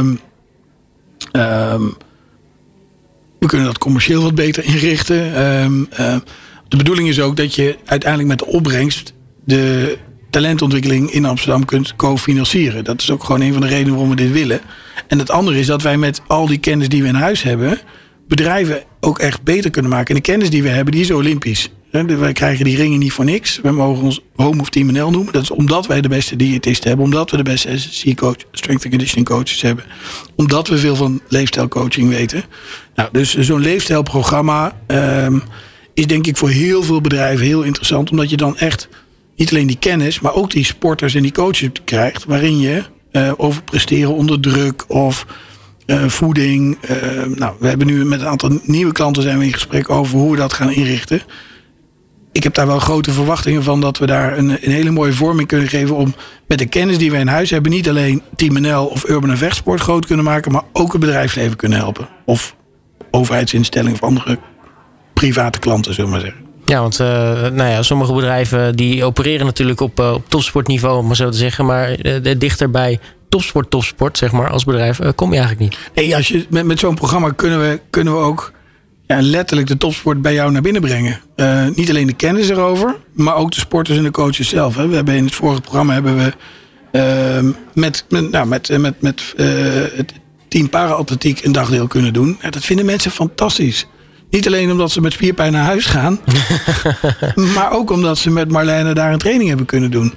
We kunnen dat commercieel wat beter inrichten. De bedoeling is ook dat je uiteindelijk met de opbrengst de talentontwikkeling in Amsterdam kunt cofinancieren. Dat is ook gewoon een van de redenen waarom we dit willen. En het andere is dat wij met al die kennis die we in huis hebben, bedrijven ook echt beter kunnen maken. En de kennis die we hebben, die is olympisch. Wij krijgen die ringen niet voor niks. We mogen ons Home of Team NL noemen. Dat is omdat wij de beste diëtisten hebben. Omdat we de beste SSC-coach, strength and conditioning coaches hebben. Omdat we veel van leefstijlcoaching weten. Nou, dus zo'n leefstijlprogramma is denk ik voor heel veel bedrijven heel interessant. Omdat je dan echt niet alleen die kennis, maar ook die sporters en die coaches krijgt. Waarin je over presteren onder druk of voeding. We hebben nu met een aantal nieuwe klanten zijn we in gesprek over hoe we dat gaan inrichten. Ik heb daar wel grote verwachtingen van dat we daar een hele mooie vorming kunnen geven om met de kennis die we in huis hebben niet alleen Team NL of Urban & Vechtsport groot kunnen maken, maar ook het bedrijfsleven kunnen helpen. Of overheidsinstellingen of andere private klanten, zullen we maar zeggen. Ja, want sommige bedrijven die opereren natuurlijk op topsportniveau, om maar zo te zeggen. Maar dichter bij topsport, zeg maar, als bedrijf kom je eigenlijk niet. Nee, als je met zo'n programma kunnen we ook letterlijk de topsport bij jou naar binnen brengen. Niet alleen de kennis erover, maar ook de sporters en de coaches zelf. Hè. We hebben in het vorige programma met het team para-atletiek een dagdeel kunnen doen. Ja, dat vinden mensen fantastisch. Niet alleen omdat ze met spierpijn naar huis gaan, maar ook omdat ze met Marlene daar een training hebben kunnen doen.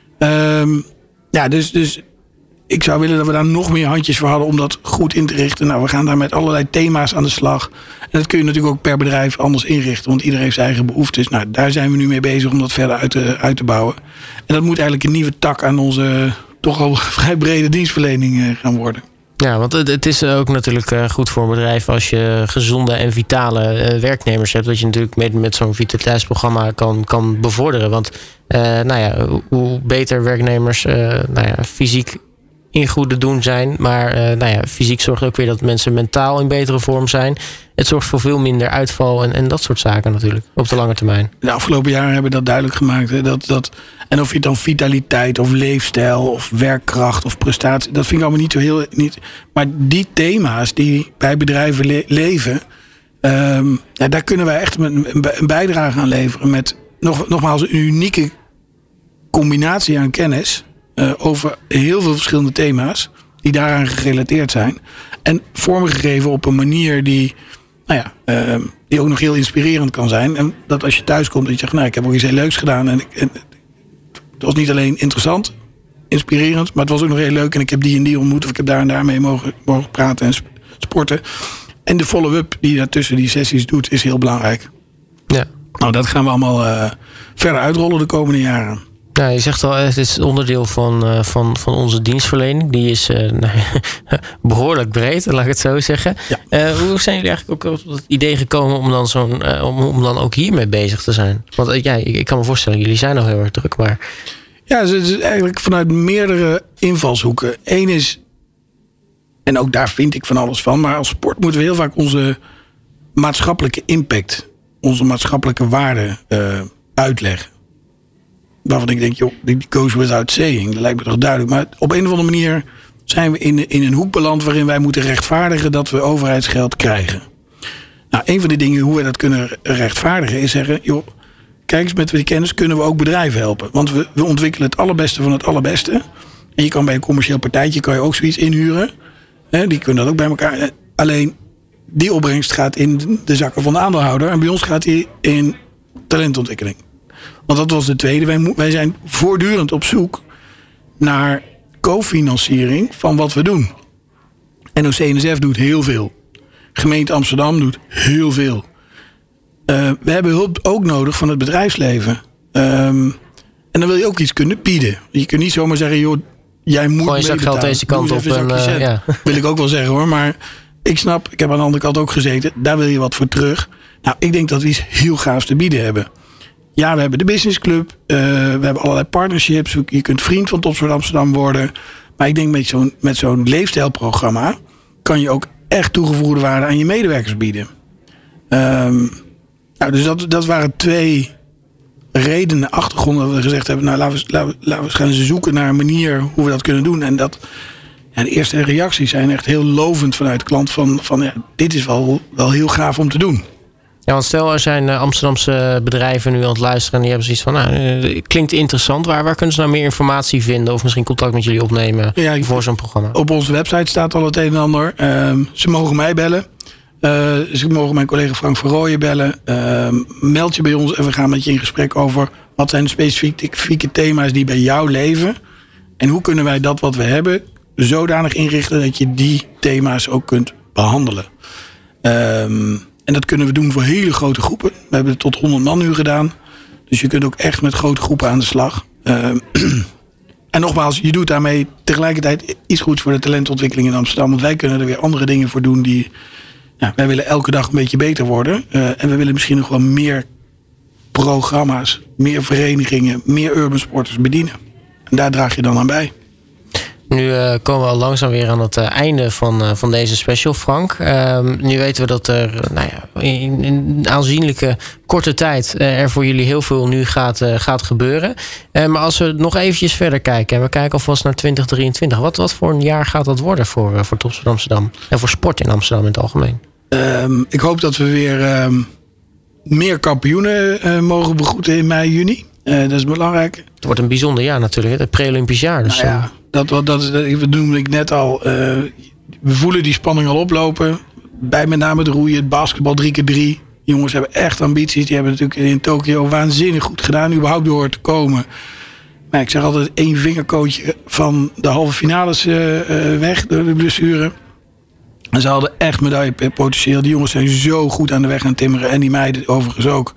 Dus ik zou willen dat we daar nog meer handjes voor hadden om dat goed in te richten. Nou, we gaan daar met allerlei thema's aan de slag. En dat kun je natuurlijk ook per bedrijf anders inrichten, want iedereen heeft zijn eigen behoeftes. Nou, daar zijn we nu mee bezig om dat verder uit te bouwen. En dat moet eigenlijk een nieuwe tak aan onze toch al vrij brede dienstverlening gaan worden. Ja, want het is ook natuurlijk goed voor een bedrijf als je gezonde en vitale werknemers hebt. Dat je natuurlijk met zo'n vitaliteitsprogramma kan bevorderen. Want hoe beter werknemers fysiek in goede doen zijn. Maar fysiek zorgt ook weer dat mensen mentaal in betere vorm zijn. Het zorgt voor veel minder uitval en dat soort zaken natuurlijk op de lange termijn. De afgelopen jaren hebben we dat duidelijk gemaakt. Hè, dat En of je het dan vitaliteit of leefstijl of werkkracht of prestatie... dat vind ik allemaal niet zo heel... maar die thema's die bij bedrijven leven... daar kunnen wij echt een bijdrage aan leveren... met nogmaals een unieke combinatie aan kennis... over heel veel verschillende thema's... die daaraan gerelateerd zijn. En vormgegeven op een manier die... die ook nog heel inspirerend kan zijn. En dat als je thuis komt, dat je zegt... ik heb ook iets heel leuks gedaan. En het was niet alleen interessant, inspirerend... maar het was ook nog heel leuk. En ik heb die en die ontmoet. Of ik heb daar en daar mee mogen praten en sporten. En de follow-up die je tussen die sessies doet... is heel belangrijk. Ja. Nou, dat gaan we allemaal verder uitrollen de komende jaren. Nou, je zegt al, het is onderdeel van onze dienstverlening. Die is behoorlijk breed, laat ik het zo zeggen. Ja. Hoe zijn jullie eigenlijk ook op het idee gekomen om dan, om dan ook hiermee bezig te zijn? Want ik kan me voorstellen, jullie zijn nog heel erg druk, maar... Ja, het is eigenlijk vanuit meerdere invalshoeken. Eén is, en ook daar vind ik van alles van... maar als sport moeten we heel vaak onze maatschappelijke impact... onze maatschappelijke waarden uitleggen. Waarvan ik denk, joh, die goes without saying. Dat lijkt me toch duidelijk. Maar op een of andere manier zijn we in een hoek beland... waarin wij moeten rechtvaardigen dat we overheidsgeld krijgen. Nou, een van die dingen hoe we dat kunnen rechtvaardigen... is zeggen, joh, kijk eens, met die kennis kunnen we ook bedrijven helpen. Want we ontwikkelen het allerbeste van het allerbeste. En je kan bij een commercieel partijtje kan je ook zoiets inhuren. Die kunnen dat ook bij elkaar. Alleen, die opbrengst gaat in de zakken van de aandeelhouder. En bij ons gaat die in talentontwikkeling. Want dat was de tweede. Wij zijn voortdurend op zoek naar cofinanciering van wat we doen. NOC-NSF doet heel veel. Gemeente Amsterdam doet heel veel. We hebben hulp ook nodig van het bedrijfsleven. En dan wil je ook iets kunnen bieden. Je kunt niet zomaar zeggen, joh, jij moet gooi je zakgeld deze kant op. Ja. Wil ik ook wel zeggen hoor. Maar ik snap, ik heb aan de andere kant ook gezeten. Daar wil je wat voor terug. Nou, ik denk dat we iets heel gaafs te bieden hebben. Ja, we hebben de Business Club. We hebben allerlei partnerships. Je kunt vriend van Topsport Amsterdam worden. Maar ik denk met zo'n leefstijlprogramma... kan je ook echt toegevoegde waarde aan je medewerkers bieden. Dus dat waren twee redenen, achtergronden... dat we gezegd hebben... nou, laten we gaan zoeken naar een manier hoe we dat kunnen doen. En de eerste reacties zijn echt heel lovend vanuit de klant... van dit is wel heel gaaf om te doen. Ja, want stel, er zijn Amsterdamse bedrijven nu aan het luisteren... en die hebben zoiets van, klinkt interessant. Waar kunnen ze nou meer informatie vinden... of misschien contact met jullie opnemen voor zo'n programma? Op onze website staat al het een en ander. Ze mogen mij bellen. Ze mogen mijn collega Frank van Rooyen bellen. Meld je bij ons en we gaan met je in gesprek over... wat zijn de specifieke thema's die bij jou leven... en hoe kunnen wij dat wat we hebben... zodanig inrichten dat je die thema's ook kunt behandelen. En dat kunnen we doen voor hele grote groepen. We hebben het tot 100 man nu gedaan. Dus je kunt ook echt met grote groepen aan de slag. En nogmaals, je doet daarmee tegelijkertijd iets goeds voor de talentontwikkeling in Amsterdam. Want wij kunnen er weer andere dingen voor doen die... wij willen elke dag een beetje beter worden. En we willen misschien nog wel meer programma's, meer verenigingen, meer urban sporters bedienen. En daar draag je dan aan bij. Nu komen we al langzaam weer aan het einde van deze special, Frank. Nu weten we dat er in aanzienlijke korte tijd... er voor jullie heel veel nu gaat gebeuren. Maar als we nog eventjes verder kijken... en we kijken alvast naar 2023... wat voor een jaar gaat dat worden voor Topsport Amsterdam? En voor sport in Amsterdam in het algemeen? Ik hoop dat we weer meer kampioenen mogen begroeten in mei, juni. Dat is belangrijk. Het wordt een bijzonder jaar natuurlijk, het pre-Olympisch jaar. Dus dat noemde ik net al. We voelen die spanning al oplopen. Bij met name het roeien, het basketbal 3x3. Jongens hebben echt ambities. Die hebben natuurlijk in Tokio waanzinnig goed gedaan. Überhaupt door te komen. Maar ik zeg altijd 1 vingerkootje van de halve finales weg door de blessure. En ze hadden echt medaillepotentieel. Die jongens zijn zo goed aan de weg aan timmeren. En die meiden overigens ook.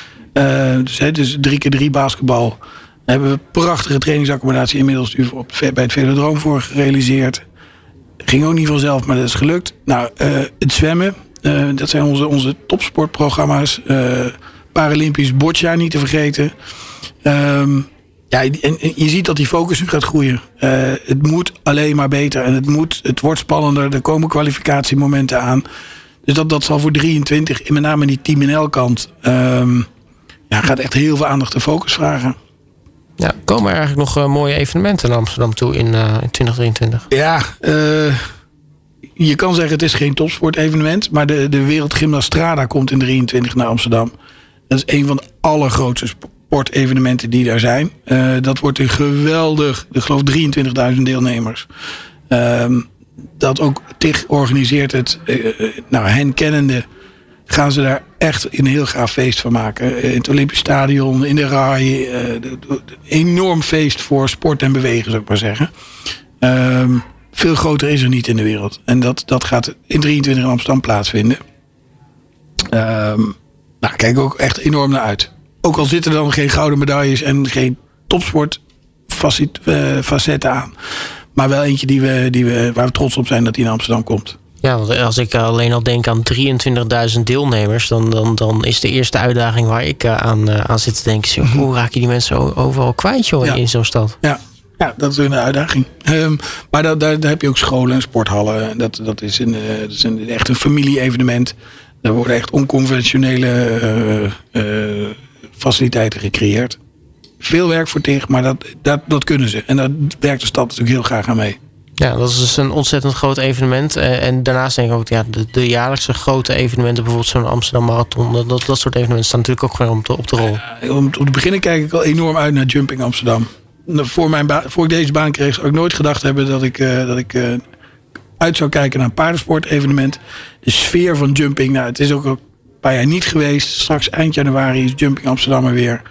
Dus 3x3 basketbal. Daar hebben we prachtige trainingsaccommodatie inmiddels bij het Velodroom voor gerealiseerd. Ging ook niet vanzelf, maar dat is gelukt. Nou, het zwemmen. Dat zijn onze topsportprogramma's. Paralympisch boccia niet te vergeten. En je ziet dat die focus nu gaat groeien. Het moet alleen maar beter. En het wordt spannender. Er komen kwalificatiemomenten aan. Dus dat zal voor 23, en met name die Team NL kant... gaat echt heel veel aandacht en focus vragen. Ja, komen er eigenlijk nog mooie evenementen naar Amsterdam toe in 2023? Ja, je kan zeggen het is geen topsportevenement. Maar de Wereldgymnastrada komt in 23 naar Amsterdam. Dat is een van de allergrootste sportevenementen die daar zijn. Dat wordt een geweldig, ik geloof 23.000 deelnemers. Dat ook TIG organiseert het. Hen kennende gaan ze daar echt een heel gaaf feest van maken. In het Olympisch Stadion, in de RAI. Enorm feest voor sport en bewegen, zou ik maar zeggen. Veel groter is er niet in de wereld. En dat gaat in 23 in Amsterdam plaatsvinden. Daar kijk ik ook echt enorm naar uit. Ook al zitten er dan geen gouden medailles en geen topsportfacetten aan. Maar wel eentje waar we trots op zijn dat die naar Amsterdam komt. Ja, want als ik alleen al denk aan 23.000 deelnemers, dan is de eerste uitdaging waar ik aan zit te denken. Hoe raak je die mensen overal kwijt, joh, in zo'n stad? Ja, dat is een uitdaging. Maar daar heb je ook scholen en sporthallen. Dat is echt een familie-evenement. Daar worden echt onconventionele faciliteiten gecreëerd. Veel werk voor TIG, maar dat kunnen ze. En daar werkt de stad natuurlijk heel graag aan mee. Ja, dat is dus een ontzettend groot evenement. En daarnaast denk ik ook, de jaarlijkse grote evenementen, bijvoorbeeld zo'n Amsterdam Marathon, dat soort evenementen staan natuurlijk ook gewoon op de rol. Om te beginnen kijk ik al enorm uit naar Jumping Amsterdam. Voor ik deze baan kreeg, zou ik nooit gedacht hebben dat ik uit zou kijken naar een paardensport-evenement. De sfeer van Jumping, het is ook een paar jaar niet geweest. Straks eind januari is Jumping Amsterdam er weer.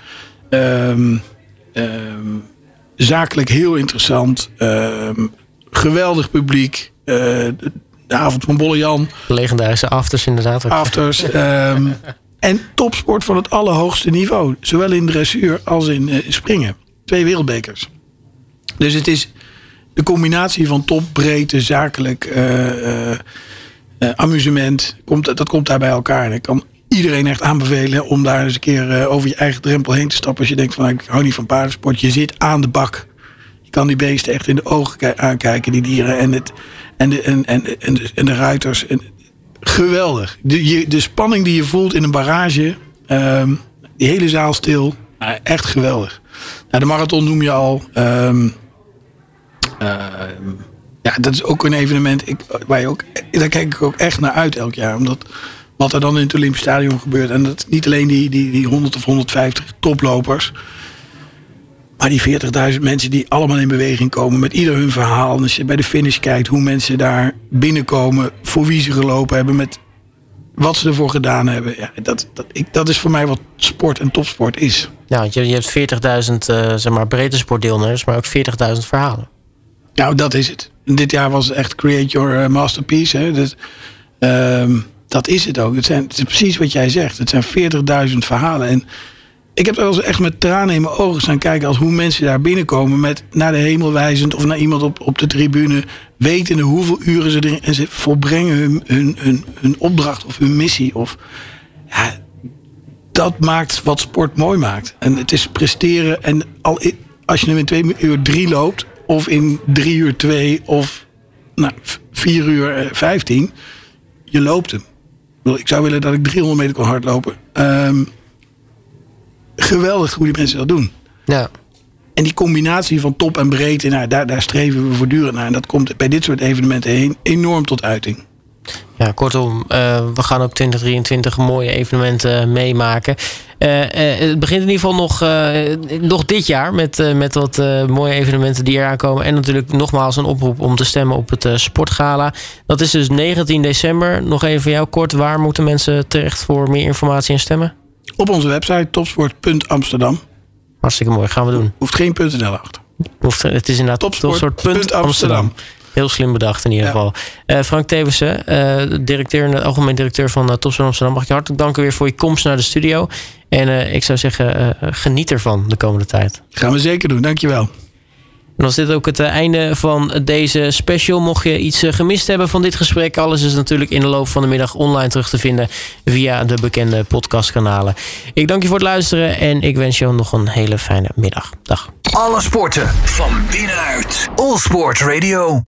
Zakelijk heel interessant. Geweldig publiek. De avond van Bolle Jan. Legendarische afters inderdaad. Afters. En topsport van het allerhoogste niveau. Zowel in dressuur als in springen. 2 wereldbekers. Dus het is de combinatie van top, breedte, zakelijk amusement. Dat komt daar bij elkaar. En ik kan iedereen echt aanbevelen om daar eens een keer over je eigen drempel heen te stappen. Als je denkt van ik hou niet van paardensport. Je zit aan de bak. Je kan die beesten echt in de ogen aankijken, die dieren. En de ruiters. Geweldig. De spanning die je voelt in een barrage. Die hele zaal stil. Echt geweldig. De marathon noem je al. Dat is ook een evenement. Daar kijk ik ook echt naar uit elk jaar. Omdat wat er dan in het Olympisch Stadion gebeurt. En dat is niet alleen die 100 of 150 toplopers. Maar die 40.000 mensen die allemaal in beweging komen. Met ieder hun verhaal. En als je bij de finish kijkt hoe mensen daar binnenkomen. Voor wie ze gelopen hebben. Met wat ze ervoor gedaan hebben. Ja, dat is voor mij wat sport en topsport is. Ja, want je hebt 40.000 breedte sportdeelnemers. Maar ook 40.000 verhalen. Nou, dat is het. Dit jaar was het echt Create Your Masterpiece. Hè? Dus, dat is het ook. Het is precies wat jij zegt. Het zijn 40.000 verhalen. En ik heb er wel eens echt met tranen in mijn ogen staan kijken. Als hoe mensen daar binnenkomen met naar de hemel wijzend. Of naar iemand op de tribune. Wetende hoeveel uren ze erin. En ze volbrengen hun opdracht of hun missie. Dat maakt wat sport mooi maakt. En het is presteren. En als je hem in 2 uur 3 loopt. Of in 3 uur 2 of 4 uur 15. Je loopt hem. Ik zou willen dat ik 300 meter kon hardlopen. Geweldig hoe die mensen dat doen. Ja. En die combinatie van top en breedte, daar streven we voortdurend naar. En dat komt bij dit soort evenementen enorm tot uiting. Ja, kortom, we gaan ook 2023 mooie evenementen meemaken. Het begint in ieder geval nog dit jaar met wat mooie evenementen die eraan komen. En natuurlijk nogmaals een oproep om te stemmen op het Sportgala. Dat is dus 19 december. Nog even van jou kort, waar moeten mensen terecht voor meer informatie en stemmen? Op onze website topsport.amsterdam. Hartstikke mooi, gaan we doen. Hoeft geen .nl achter. Het is inderdaad topsport.amsterdam. Heel slim bedacht in ieder geval. Frank Thewissen, algemeen directeur van Topsport Amsterdam. Mag ik je hartelijk danken weer voor je komst naar de studio. En ik zou zeggen, geniet ervan de komende tijd. Gaan we zeker doen, dankjewel. En was dit ook het einde van deze special. Mocht je iets gemist hebben van dit gesprek, alles is natuurlijk in de loop van de middag online terug te vinden via de bekende podcastkanalen. Ik dank je voor het luisteren en ik wens je nog een hele fijne middag. Dag. Alle sporten van binnenuit. All Sport Radio.